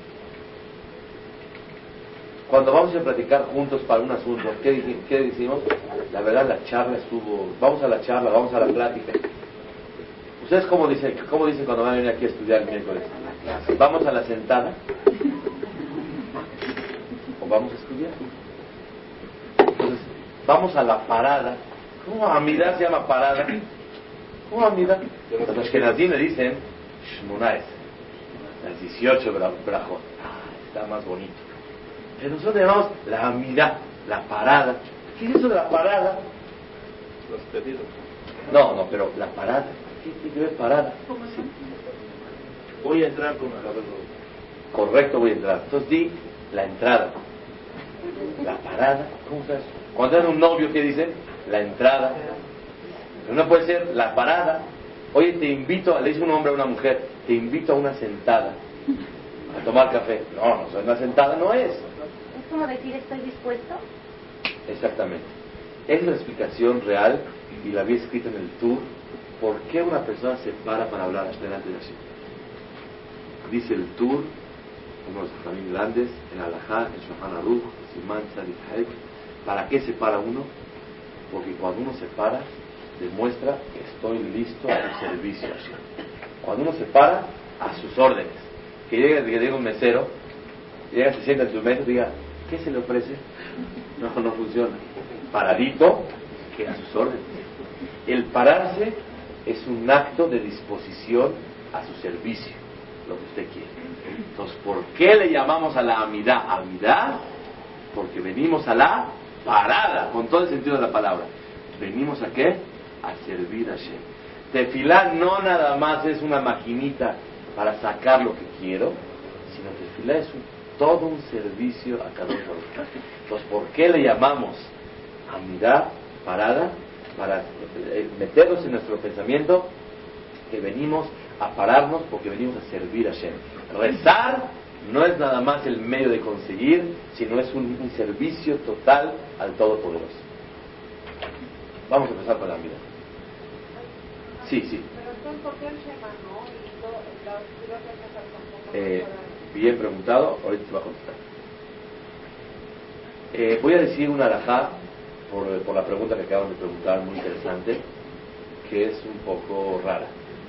Cuando vamos a platicar juntos para un asunto, ¿qué, qué decimos? La verdad, la charla estuvo... Vamos a la charla, vamos a la plática. ¿Ustedes cómo dicen, cómo dicen cuando van a venir aquí a estudiar el miércoles? ¿Vamos a la sentada? ¿O vamos a estudiar? Entonces, vamos a la parada. ¿Cómo Amidá se llama parada? ¿Cómo Amidá? Los ashkenazim le dicen Shmonaes, las dieciocho brajot. Ah, está más bonito. Pero nosotros le llamamos la Amidá, la parada. ¿Qué es eso de la parada? Los pedidos. No, no, pero la parada. ¿Qué tiene que ver parada? Sí. Voy a entrar con la verdad. Correcto, voy a entrar. Entonces di la entrada. La parada. ¿Cómo sabes? Cuando es un novio, ¿qué dice? La entrada. Pero no puede ser la parada. Oye, te invito, le dice un hombre a una mujer, te invito a una sentada a tomar café. No, no, una sentada no es. Es como decir, estoy dispuesto. Exactamente. Esa es la explicación real y la había escrito en el tour. ¿Por qué una persona se para para hablar delante de Hashem? Dice el tour, uno de los jajamim grandes, en Alajá, en Shulchan Aruch, Simán Tzadik Haek. ¿Para qué se para uno? Porque cuando uno se para, demuestra que estoy listo al servicio. Cuando uno se para, a sus órdenes. Que llega, que llega un mesero, llega, se sienta en su mesa y diga, ¿qué se le ofrece? No, no funciona. Paradito, que a sus órdenes. El pararse es un acto de disposición a su servicio, lo que usted quiere. Entonces, ¿por qué le llamamos a la amidad amidad? Porque venimos a la parada, con todo el sentido de la palabra. ¿Venimos a qué? A servir a Hashem. Tefilá no nada más es una maquinita para sacar lo que quiero, sino tefilá es un, todo un servicio a cada uno. Entonces, ¿por qué le llamamos amidad, parada? Para meternos en nuestro pensamiento que venimos a pararnos porque venimos a servir a Hashem. Rezar no es nada más el medio de conseguir, sino es un, un servicio total al Todopoderoso. Vamos a empezar con la amidad. Sí, sí. Pero entonces, ¿por qué el Shema no? Y todo, las filas de empezar con Eh, bien preguntado, ahorita te va a contestar. Eh, voy a decir una alajá por, por la pregunta que acaban de preguntar, muy interesante, que es un poco rara.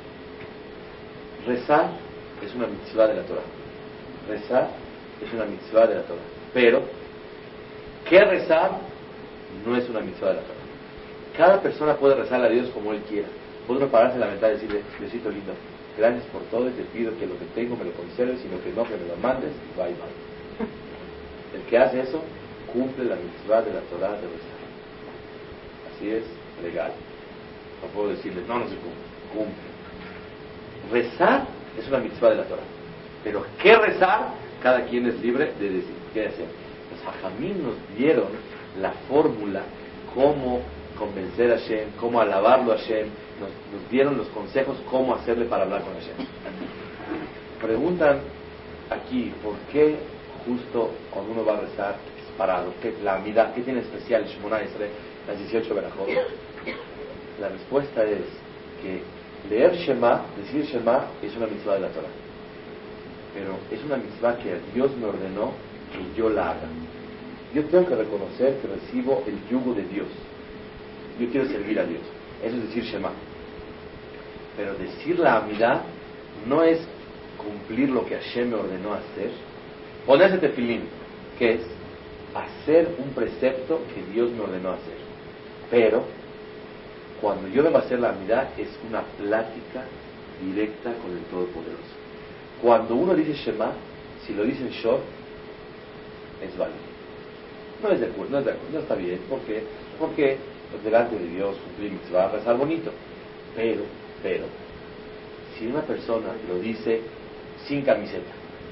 Rezar es una mitzvah de la Torah. Rezar es una mitzvah de la Torah. Pero, ¿qué rezar? No es una mitzvah de la Torah. Cada persona puede rezarle a Dios como él quiera. Puede uno pararse en la ventana y decirle, Diosito lindo, gracias por todo y te pido que lo que tengo me lo conserves, sino que no, que me lo mandes y bye bye. El que hace eso cumple la mitzvah de la Torah de rezar. Así es, legal. No puedo decirle, no, no se cumple. Cumple. Rezar es una mitzvah de la Torah. Pero ¿qué rezar? Cada quien es libre de decir qué hacer. Los hajamim nos dieron la fórmula, cómo convencer a Hashem, cómo alabarlo a Hashem, nos, nos dieron los consejos cómo hacerle para hablar con Hashem. Preguntan aquí, ¿por qué justo cuando uno va a rezar parado? ¿Qué, la amidad, ¿qué tiene especial el Shemona Esrei, las dieciocho verajot? La respuesta es que leer Shema, decir Shema, es una mitzvah de la Torah. Pero es una mitzvah que Dios me ordenó que yo la haga. Yo tengo que reconocer que recibo el yugo de Dios. Yo quiero servir a Dios. Eso es decir Shema. Pero decir la amidad no es cumplir lo que Hashem me ordenó hacer. Ponerse tefilín, que es hacer un precepto que Dios me ordenó hacer. Pero cuando yo debo hacer la amidad es una plática directa con el Todopoderoso. Cuando uno dice Shema, si lo dice en short, es válido. No es de acuerdo, no es de acuerdo, no está bien. ¿Por qué? Porque pues, delante de Dios cumplir mitzvah va a estar bonito. Pero, pero, si una persona lo dice sin camiseta,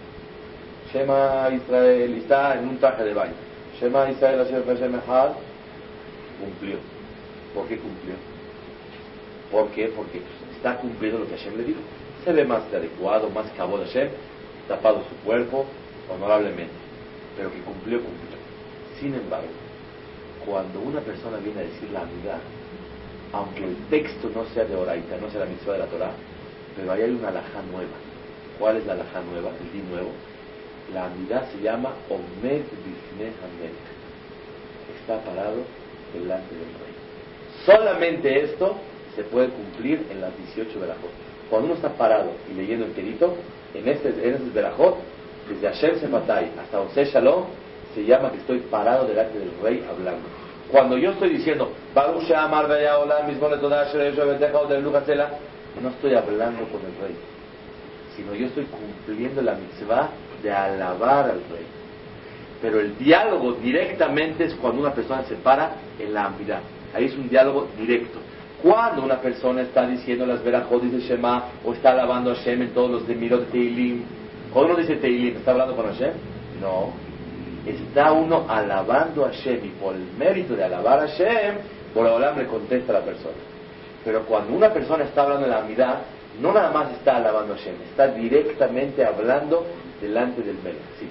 Shema Israel, está en un traje de baño, Shema Israel, Hashem Echad, cumplió. ¿Por qué cumplió? ¿Por qué? Porque pues, está cumpliendo lo que Hashem le dijo. Se ve más adecuado, más cabot de Hashem, tapado su cuerpo, honorablemente. Pero que cumplió, cumplió. Sin embargo, cuando una persona viene a decir la amidad, aunque el texto no sea de Oraita, no sea la mitzvah de la Torah, pero ahí hay una alajá nueva. ¿Cuál es la alajá nueva? El din nuevo. La amidad se llama Omed Bifnei Hamelech. Está parado delante del rey. Solamente esto se puede cumplir en las dieciocho verajot. Cuando uno está parado y leyendo el querito, en este, en este verajot, desde Hashem Sefatai hasta Oseh Shalom, se llama que estoy parado delante del rey hablando. Cuando yo estoy diciendo Baruch She'amar Ve'yaolam Mizmor Todah She'resh Ve'techa U'Teluch Hatzela, no estoy hablando con el rey, sino yo estoy cumpliendo la mitzvah de alabar al rey. Pero el diálogo directamente es cuando una persona se para en la amidad. Ahí es un diálogo directo. Cuando una persona está diciendo las verajot, dice Shema, o está alabando a Hashem en todos los de Mirot de Teilim, cuando uno dice Teilim, ¿está hablando con Hashem? No. Está uno alabando a Hashem, y por el mérito de alabar a Hashem, por Olam le contesta a la persona. Pero cuando una persona está hablando en la amidad, no nada más está alabando a Hashem, está directamente hablando delante del Melech. Sí.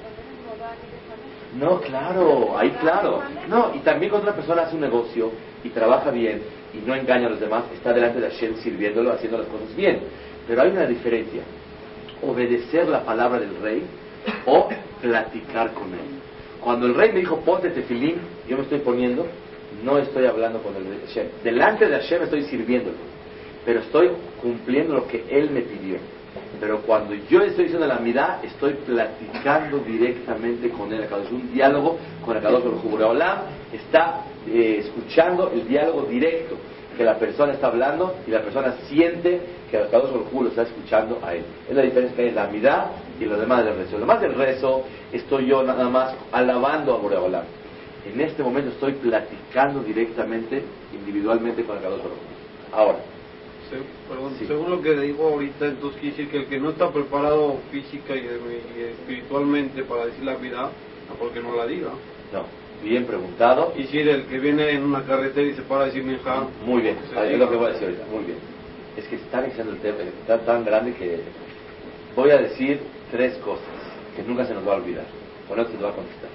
No, claro, ahí claro. No, y también cuando una persona hace un negocio y trabaja bien y no engaña a los demás, está delante de Hashem sirviéndolo, haciendo las cosas bien. Pero hay una diferencia: obedecer la palabra del rey o platicar con él. Cuando el rey me dijo ponte tefilín, yo me estoy poniendo, no estoy hablando con el Hashem. Delante de Hashem estoy sirviéndolo, pero estoy cumpliendo lo que él me pidió. Pero cuando yo estoy diciendo la amidad, estoy platicando directamente con él. Es un diálogo con el Kadosh Baruj Hu. Olam está eh, escuchando el diálogo directo. que la persona está hablando y la persona siente que el Kadosh Baruj Hu lo está escuchando a él. Es la diferencia que hay en la amidad y lo demás del rezo. Lo demás del rezo estoy yo nada más alabando a Borei Olam. En este momento estoy platicando directamente, individualmente con el Kadosh Baruj Hu. Ahora, Se, perdón, sí. según lo que digo ahorita, entonces quiere decir que el que no está preparado física y, y espiritualmente para decir la vida, porque no la diga. No, bien preguntado. Y si el que viene en una carretera y se para a decir minja, Muy bien, se es diga. lo que voy a decir ahorita, muy bien. Es que está diciendo el tema, está tan grande que voy a decir tres cosas que nunca se nos va a olvidar. Con esto se nos va a contestar.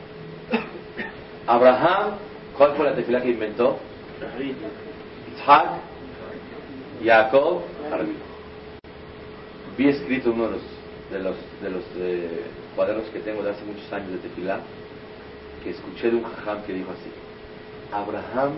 Abraham, ¿cuál fue la tefilá que inventó? Isaac, Jacob, Harvey. Vi escrito uno de los de los, de los eh, cuadernos que tengo de hace muchos años de tefilá, que escuché de un jajam que dijo así: Abraham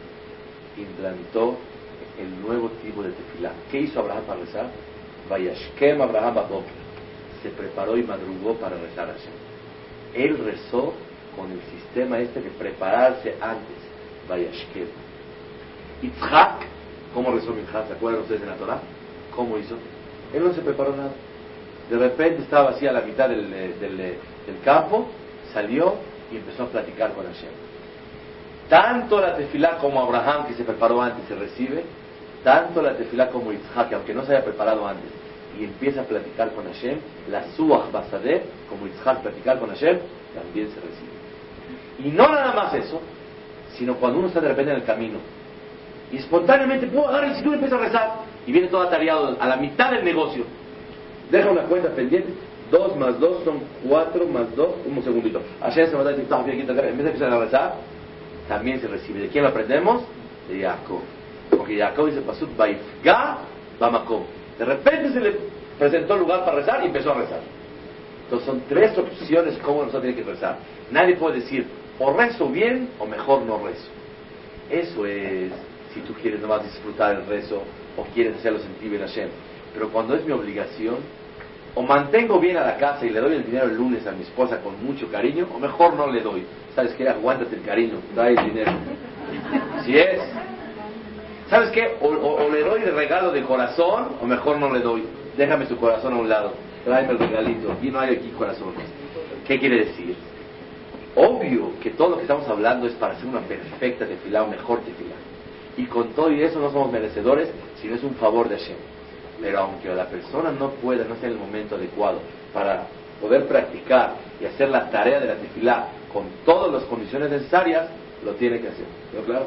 implantó el nuevo tipo de tefilá. ¿Qué hizo Abraham para rezar? Vayashkem Abraham Baboker. Se preparó y madrugó para rezar a Hashem. Él rezó con el sistema este de prepararse antes. Vayashkem. Yitzhak, ¿cómo rezó Minjá? ¿Se acuerdan ustedes de la Torah? ¿Cómo hizo? Él no se preparó nada. De repente estaba así a la mitad del, del, del campo, salió y empezó a platicar con Hashem. Tanto la tefilá como Abraham, que se preparó antes, se recibe, tanto la tefilá como Yitzhak, que aunque no se haya preparado antes, y empieza a platicar con Hashem, la Suach Basadeh, como Yitzhak platicar con Hashem, también se recibe. Y no nada más eso, sino cuando uno está de repente en el camino, y espontáneamente puedo agarrar el cinturón y empieza a rezar, y viene todo atareado a la mitad del negocio, deja una cuenta pendiente, dos más dos son cuatro más dos, un segundito, Hashem se va a dar, empieza a empezar a rezar, también se recibe. ¿De quién lo aprendemos? De Jacob. Porque Jacob dice Pasuk Baifga Bamakom. De repente se le presentó el lugar para rezar y empezó a rezar. Entonces son tres opciones cómo nosotros tenemos que rezar. Nadie puede decir o rezo bien o mejor no rezo. Eso es si tú quieres nomás disfrutar el rezo o quieres hacerlo sentir bien a Hashem. Pero cuando es mi obligación, o mantengo bien a la casa y le doy el dinero el lunes a mi esposa con mucho cariño, o mejor no le doy. ¿Sabes qué? Aguántate el cariño, trae el dinero. Si es, ¿sabes qué? O, o, o le doy de regalo de corazón, o mejor no le doy. Déjame su corazón a un lado, tráeme el regalito. Aquí no hay aquí corazones. ¿Qué quiere decir? Obvio que todo lo que estamos hablando es para hacer una perfecta tefilá, o mejor tefilá. Y con todo y eso no somos merecedores, sino es un favor de Hashem. Pero aunque la persona no pueda, no sea en el momento adecuado para poder practicar y hacer la tarea de la tefilá con todas las condiciones necesarias, lo tiene que hacer. ¿No claro?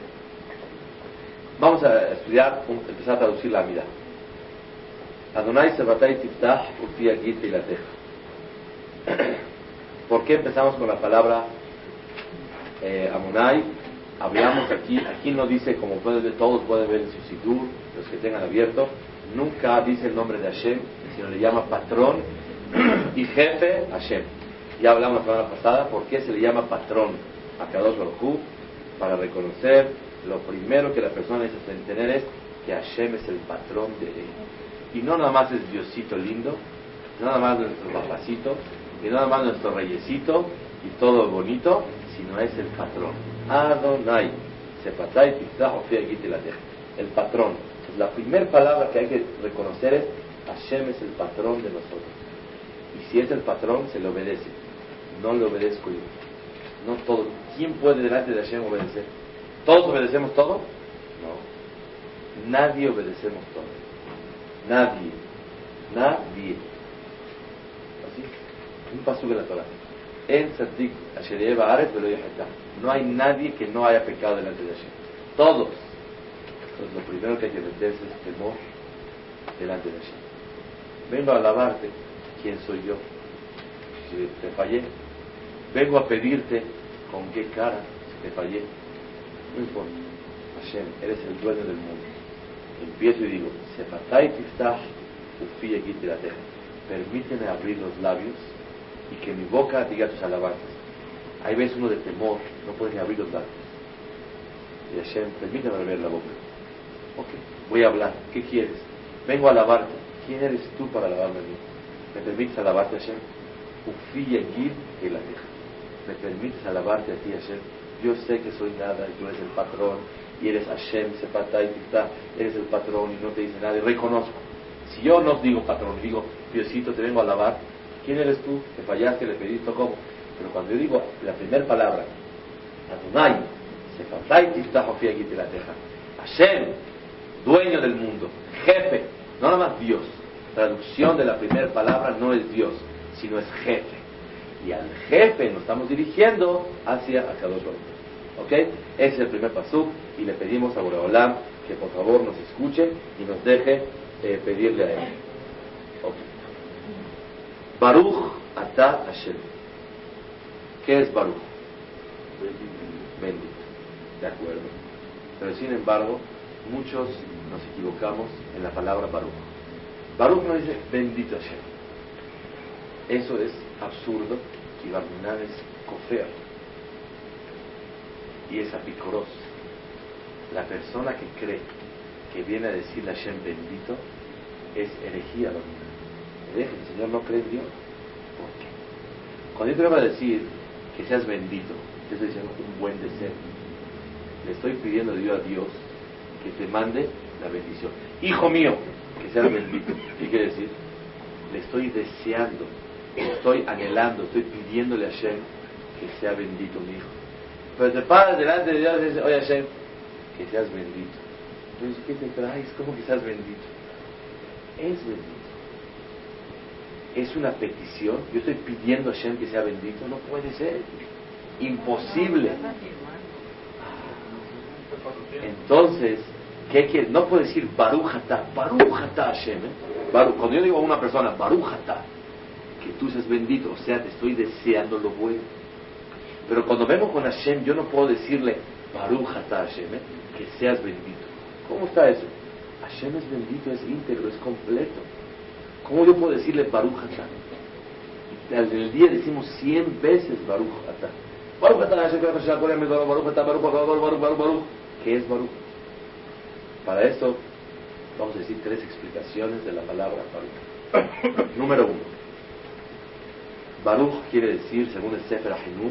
Vamos a estudiar, empezar a traducir la amida. Adonai Sebatai Tiftah Ufi Agit Teilateja. ¿Por qué empezamos con la palabra eh, Amonai? Hablamos aquí, aquí no dice, como pueden ver, todos pueden ver en su sidur, los que tengan abierto, nunca dice el nombre de Hashem, sino le llama patrón y jefe Hashem. Ya hablamos la semana pasada por qué se le llama patrón a Kadosh Baruj Hu, para reconocer lo primero que la persona necesita entender es que Hashem es el patrón de él. Y no nada más es Diosito lindo, no nada más nuestro papacito, y no nada más nuestro reyesito y todo bonito, sino es el patrón. Adonai, Sepatai Tiftah Ufi Agit Teilateja. El patrón. La primera palabra que hay que reconocer es Hashem es el patrón de nosotros. Y si es el patrón, se le obedece. No le obedezco yo. No todo. ¿Quién puede delante de Hashem obedecer? ¿Todos obedecemos todo? No. Nadie obedecemos todo. Nadie. Nadie. Así. Un pasuk de la Torah. En Tzadik Asher Yehi Ba'aretz Velo Yehetah. No hay nadie que no haya pecado delante de Hashem. Todos. Entonces lo primero que hay que meterse es temor delante de Hashem. Vengo a alabarte, ¿quién soy yo? Si te fallé. Vengo a pedirte, ¿con qué cara? Si te fallé. No importa. Hashem, eres el dueño del mundo. Empiezo y digo, Sefatai Tiftah Ufi Agit Teilateja. Permíteme abrir los labios y que mi boca diga tus alabanzas. Ahí ves uno de temor, no puede ni abrir los labios. Y Hashem, permíteme abrir la boca. Ok, voy a hablar. ¿Qué quieres? Vengo a alabarte. ¿Quién eres tú para alabarme a mí? ¿Me permites alabarte, Hashem? Ufi Agit Teilateja. ¿Me permites alabarte a ti, Hashem? yo sé que soy nada y tú eres el patrón, y eres Hashem, Sefatay, Tiftah, eres el patrón y no te dice nada, y reconozco. Si yo no digo patrón, digo, Diosito, te vengo a alabar, ¿quién eres tú? ¿Te fallaste? ¿Le pediste cómo? Pero cuando yo digo la primera palabra, Adonai, Sefatay, Tiftah, Ofia, Gitelateja, Hashem, dueño del mundo, jefe, no nada más Dios. Traducción de la primera palabra no es Dios, sino es jefe. Y al jefe nos estamos dirigiendo hacia Akadosh Baruj Hu. ¿Ok? Ese es el primer pasuk y le pedimos a Boreolam que por favor nos escuche y nos deje eh, pedirle a él. Ok. Baruch Ata Hashem. ¿Qué es Baruch? Bendito. De acuerdo. Pero sin embargo, muchos nos equivocamos en la palabra Baruch. Baruch no dice bendito Hashem. Eso es absurdo y Barminan es kofer y es apicoros. La persona que cree que viene a decirle a Hashem bendito es herejía Barminan. El Señor no cree en Dios. ¿Por qué? Cuando yo te voy a decir que seas bendito, te estoy diciendo un buen deseo. Le estoy pidiendo yo a Dios que te mande la bendición. Hijo mío, que seas bendito. ¿Qué quiere decir? Le estoy deseando, estoy anhelando, estoy pidiéndole a Hashem que sea bendito mi hijo. Pero te paras delante de Dios y dices, oye Hashem, que seas bendito. Entonces, ¿qué te traes? ¿Cómo que seas bendito? Es bendito. Es una petición. Yo estoy pidiendo a Hashem que sea bendito. No puede ser. Imposible. Entonces, ¿qué quiere? No puede decir Baruch Atah, Baruch Atah Hashem. ¿eh? Baruch. Cuando yo digo a una persona Baruch Atah, que tú seas bendito, o sea, te estoy deseando lo bueno. Pero cuando vengo con Hashem, yo no puedo decirle Baruch Atah Hashem, ¿eh? que seas bendito. ¿Cómo está eso? Hashem es bendito, es íntegro, es completo. ¿Cómo yo puedo decirle Baruch Atah? En el día decimos cien veces Baruch Atah. Baruch Atah Hashem, Baruch Atah, Baruch Atah, Baruch Atah, Baruch Baruch Baruch. ¿Qué es Baruch? Para esto vamos a decir tres explicaciones de la palabra Baruch. Número uno. Baruch quiere decir, según el Sefer HaChinuch,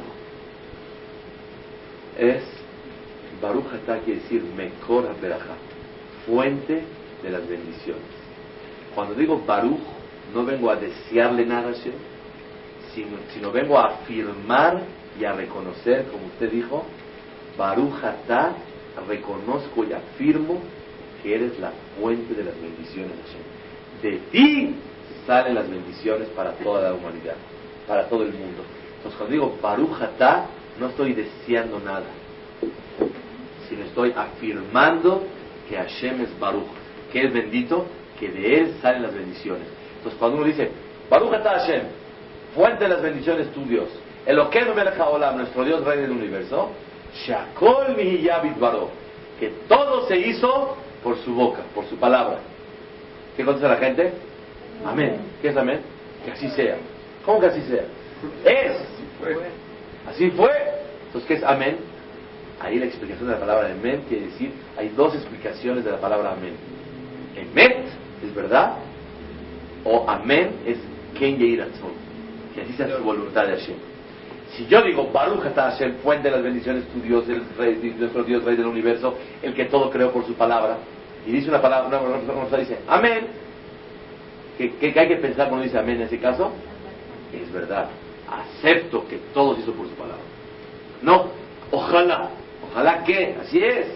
es Baruch Atah quiere decir Mekor HaBerajá, fuente de las bendiciones. Cuando digo Baruch, no vengo a desearle nada a Hashem, sino, sino vengo a afirmar y a reconocer, como usted dijo, Baruch Atah, reconozco y afirmo que eres la fuente de las bendiciones, Hashem. De ti salen las bendiciones para toda la humanidad, para todo el mundo. Entonces cuando digo Baruch Atah, no estoy deseando nada, sino estoy afirmando que Hashem es Baruch, que es bendito, que de él salen las bendiciones. Entonces cuando uno dice Baruch Atah Hashem, fuente de las bendiciones tu Dios, Elokeinu melech haolam, nuestro Dios rey del universo, Shakol mihiya bidbaro, que todo se hizo por su boca, por su palabra. ¿Qué contesta la gente? Amén. ¿Qué es amén? Que así sea. ¿Cómo que así sea? Es. Así fue. Entonces, ¿qué es amén? Ahí la explicación de la palabra amén quiere decir, hay dos explicaciones de la palabra amén. Emet es verdad, o amén es ken yehi ratzon, que así sea su voluntad de Hashem. Si yo digo Baruch Atah Hashem, fuente de las bendiciones, tu Dios, el rey, nuestro Dios, rey del universo, el que todo creó por su palabra, y dice una palabra, una, una persona dice amén, ¿qué, qué hay que pensar cuando dice amén en ese caso? Es verdad, acepto que todo se hizo por su palabra. No, ojalá, ojalá que, así es.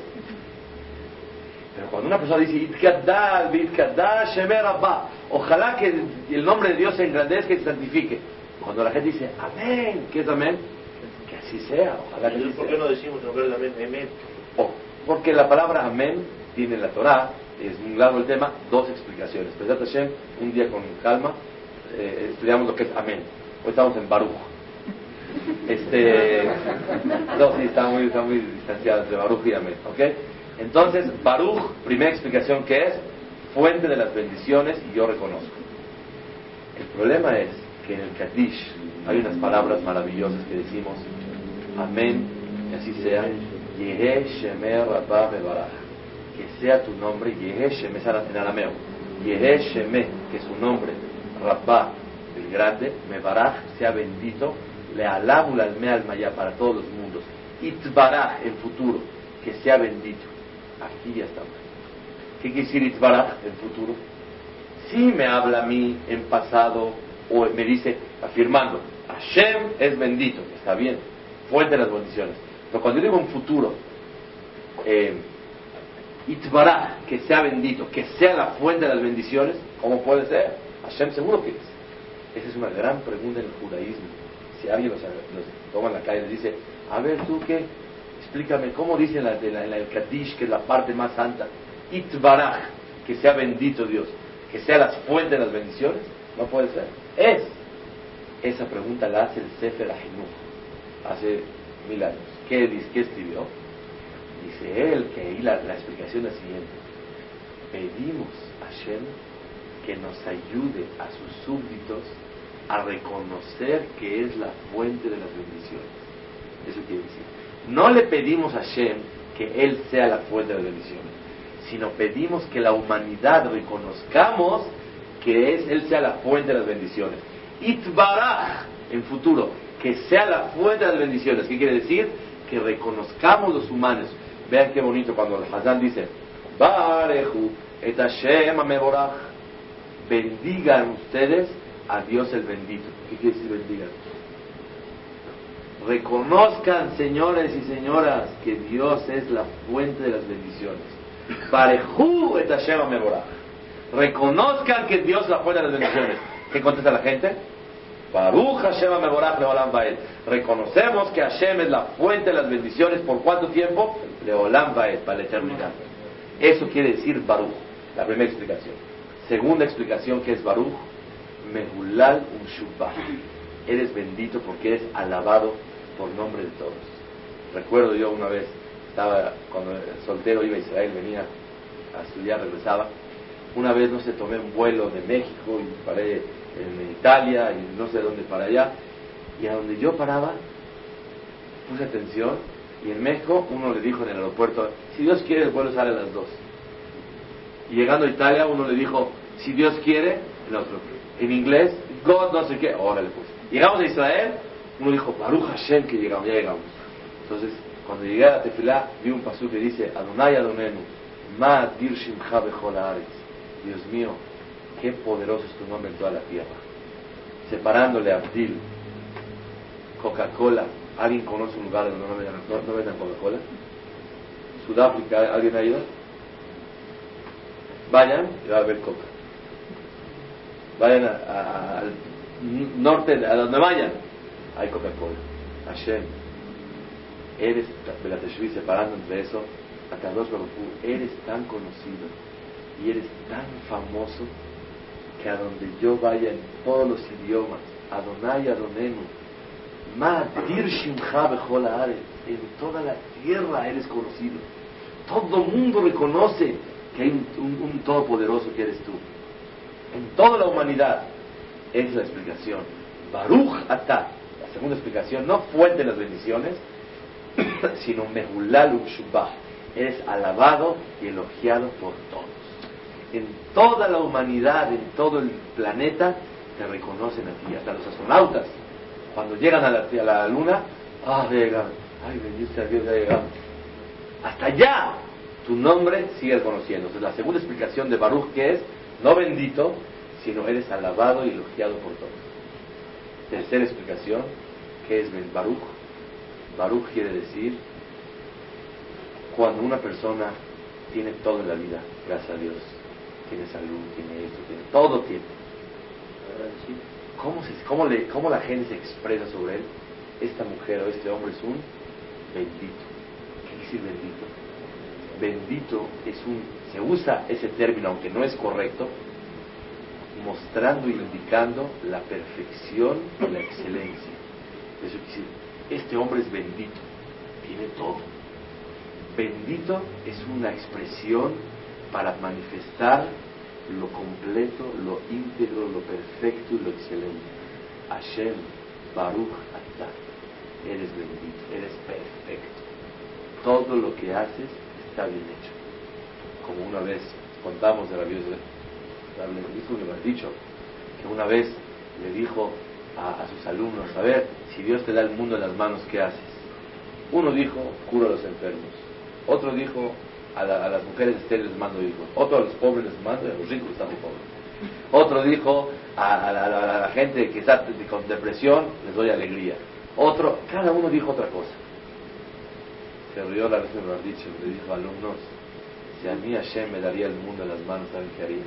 Pero cuando una persona dice Itkadal, Itkadal, Shemer Abba, ojalá que el nombre de Dios se engrandezca y se santifique. Cuando la gente dice amén, ¿qué es amén? Que así sea, ojalá que así sea. ¿Por qué no decimos en lugar de amén, amén? Oh, porque la palabra amén tiene en la Torah, es muy largo el tema, dos explicaciones. Pesat Hashem, un día con calma, eh, estudiamos lo que es amén. Hoy estamos en Baruch. Este, no, sí, está muy, está muy distanciado entre Baruch y amén, ¿ok? Entonces, Baruch, primera explicación que es, fuente de las bendiciones, y yo reconozco. El problema es que en el Kadish hay unas palabras maravillosas que decimos, amén, y así sea, Yehe Shemer Rabba Mebarach, que sea tu nombre, Yehe Shemer, en arameo, Yehe Shemer, que su nombre, Rabba, el grande, Mebarach, sea bendito, le alabu la alme almaya para todos los mundos. Itbaraj, en futuro, que sea bendito. Aquí ya estamos. ¿Qué quiere decir Itbaraj en futuro? Si me habla a mí en pasado o me dice afirmando Hashem es bendito, está bien, fuente de las bendiciones. Pero cuando yo digo en futuro, eh, Itbaraj, que sea bendito, que sea la fuente de las bendiciones, ¿cómo puede ser? Hashem seguro que es. Esa es una gran pregunta en el judaísmo. Si alguien los, los toma en la calle y les dice, a ver tú qué, explícame, ¿cómo dice en, la, en, la, en la, el Kadish, que es la parte más santa? Itbaraj, que sea bendito Dios, que sea la fuente de las bendiciones, no puede ser. Es. Esa pregunta la hace el Sefer Ahinuch hace mil años. ¿Qué dice? ¿Qué escribió? Dice él que ahí la, la explicación es la siguiente. Pedimos a Hashem que nos ayude a sus súbditos a reconocer que es la fuente de las bendiciones. Eso quiere decir. No le pedimos a Hashem que Él sea la fuente de las bendiciones, sino pedimos que la humanidad reconozcamos que es, Él sea la fuente de las bendiciones. Itbaraj, en futuro, que sea la fuente de las bendiciones. ¿Qué quiere decir? Que reconozcamos los humanos. Vean qué bonito cuando el Hazán dice, Bareju et Hashem ameborach. Bendigan ustedes a Dios el bendito. ¿Qué quiere decir bendigan? Reconozcan, señores y señoras, que Dios es la fuente de las bendiciones. Bareju et Hashem ameborach. Reconozcan que Dios es la fuente de las bendiciones. ¿Qué contesta la gente? Baruch Hashem ameborach leolam vaed. Reconocemos que Hashem es la fuente de las bendiciones. ¿Por cuánto tiempo? Leolam vaed, para la eternidad. Eso quiere decir Baruch. La primera explicación. Segunda explicación, que es Baruch, Mehulal Umshubah. Eres bendito porque eres alabado por nombre de todos. Recuerdo yo una vez, estaba cuando el soltero iba a Israel, venía a estudiar, regresaba. Una vez, no sé, tomé un vuelo de México y paré en Italia y no sé dónde para allá. Y a donde yo paraba, puse atención y en México uno le dijo en el aeropuerto, si Dios quiere el vuelo sale a las dos. Y llegando a Italia uno le dijo, si Dios quiere, el otro, en inglés, God no sé qué, órale pues. Llegamos a Israel, uno dijo, Baruch Hashem que llegamos, ya llegamos. Entonces, cuando llegué a la tefilá, vi un pasú que dice, Adonai Adonenu, Ma dir shimcha bechol haaretz. Dios mío, qué poderoso es tu nombre en toda la tierra. Separándole a Abdil, Coca-Cola. ¿Alguien conoce un lugar donde no vendan no, no vendan Coca-Cola? Sudáfrica, ¿alguien ha ido? Vayan y va a haber Coca. Vayan a, a, al norte, a donde vayan, hay Coca-Cola. Hashem, eres, Belateshvi, separando entre eso, Akadosh Baruj Hu, eres tan conocido y eres tan famoso que a donde yo vaya en todos los idiomas, Adonai Adonenu, Ma dir shimcha bechol haaretz, en toda la tierra eres conocido. Todo el mundo reconoce que hay un, un, un todopoderoso que eres tú. En toda la humanidad. Esa es la explicación. Baruch atah. La segunda explicación, no fuente de las bendiciones, sino mehulal umshubah. Eres alabado y elogiado por todos. En toda la humanidad, en todo el planeta, te reconocen a ti. Hasta los astronautas, cuando llegan a la, a la luna, ah, llegan, ay, bendito sea Dios, ya llegamos. Hasta allá, tu nombre sigue conociendo. Entonces, la segunda explicación de Baruch, que es, no bendito, sino eres alabado y elogiado por todos. Tercera explicación, que es Baruch. Baruch quiere decir, cuando una persona tiene todo en la vida, gracias a Dios, tiene salud, tiene esto, tiene todo, tiene. ¿Cómo, se, cómo, le, ¿Cómo la gente se expresa sobre él? Esta mujer o este hombre es un bendito. ¿Qué quiere decir bendito? Bendito es un, se usa ese término, aunque no es correcto, mostrando y indicando la perfección y la excelencia. Eso quiere decir, este hombre es bendito, tiene todo. Bendito es una expresión para manifestar lo completo, lo íntegro, lo perfecto y lo excelente. Hashem, Baruch atah, eres bendito, eres perfecto. Todo lo que haces está bien hecho. Como una vez contamos de la Biblia, le hemos dicho que una vez le dijo a, a sus alumnos, a ver, si Dios te da el mundo en las manos, ¿qué haces? Uno dijo, cura a los enfermos. Otro dijo, a, la, a las mujeres estériles les mando hijos. Otro, a los pobres les mando y a los ricos están muy pobres. Otro dijo, a, a, la, a, la, a la gente que está con depresión les doy alegría. Otro, cada uno dijo otra cosa. Se rió la vez que me lo han dicho, le dijo, alumnos, si a mí Hashem me daría el mundo en las manos, ¿saben qué haría?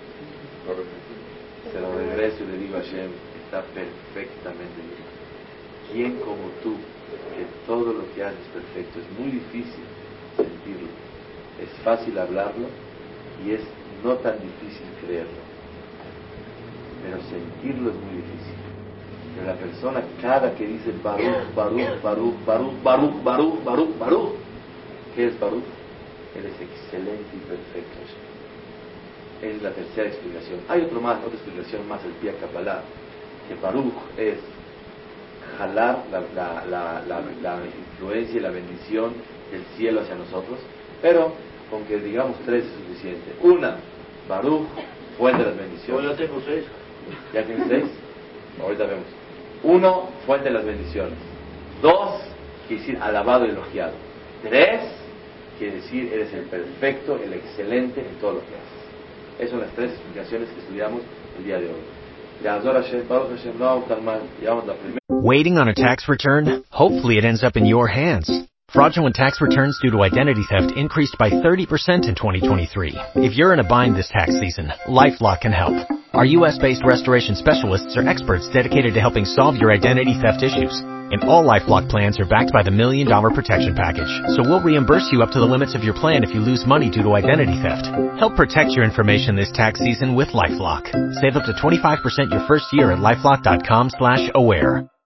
Se lo regreso y le digo a Hashem, está perfectamente bien. ¿Quién como tú, que todo lo que haces es perfecto? Es muy difícil sentirlo. Es fácil hablarlo y es no tan difícil creerlo. Pero sentirlo es muy difícil. Pero la persona, cada que dice Baruch, Baruch, Baruch, Baruch, Baruch, Baruch, Baruch, Baruch, ¿qué es Baruch? Él es excelente y perfecto. Es la tercera explicación. Hay otro más, otra explicación más, el Pia Kabbalah, que Baruch es jalar la, la, la, la, la influencia y la bendición del cielo hacia nosotros, pero con que digamos tres es suficiente. Una, Baruch, fuente de las bendiciones. Yo ya tengo seis. ¿Ya tienes seis? Ahorita vemos. Uno, fuente de las bendiciones. Dos, quiere decir alabado y elogiado. Tres, quiere decir eres el perfecto, el excelente en todo lo que haces. Esas son las tres explicaciones que estudiamos el día de hoy. Waiting on a tax return? Hopefully it ends up in your hands. Fraudulent tax returns due to identity theft increased by thirty percent in twenty twenty-three. If you're in a bind this tax season, LifeLock can help. Our U S-based restoration specialists are experts dedicated to helping solve your identity theft issues. And all LifeLock plans are backed by the Million Dollar Protection Package. So we'll reimburse you up to the limits of your plan if you lose money due to identity theft. Help protect your information this tax season with LifeLock. Save up to twenty-five percent your first year at LifeLock dot com slash aware.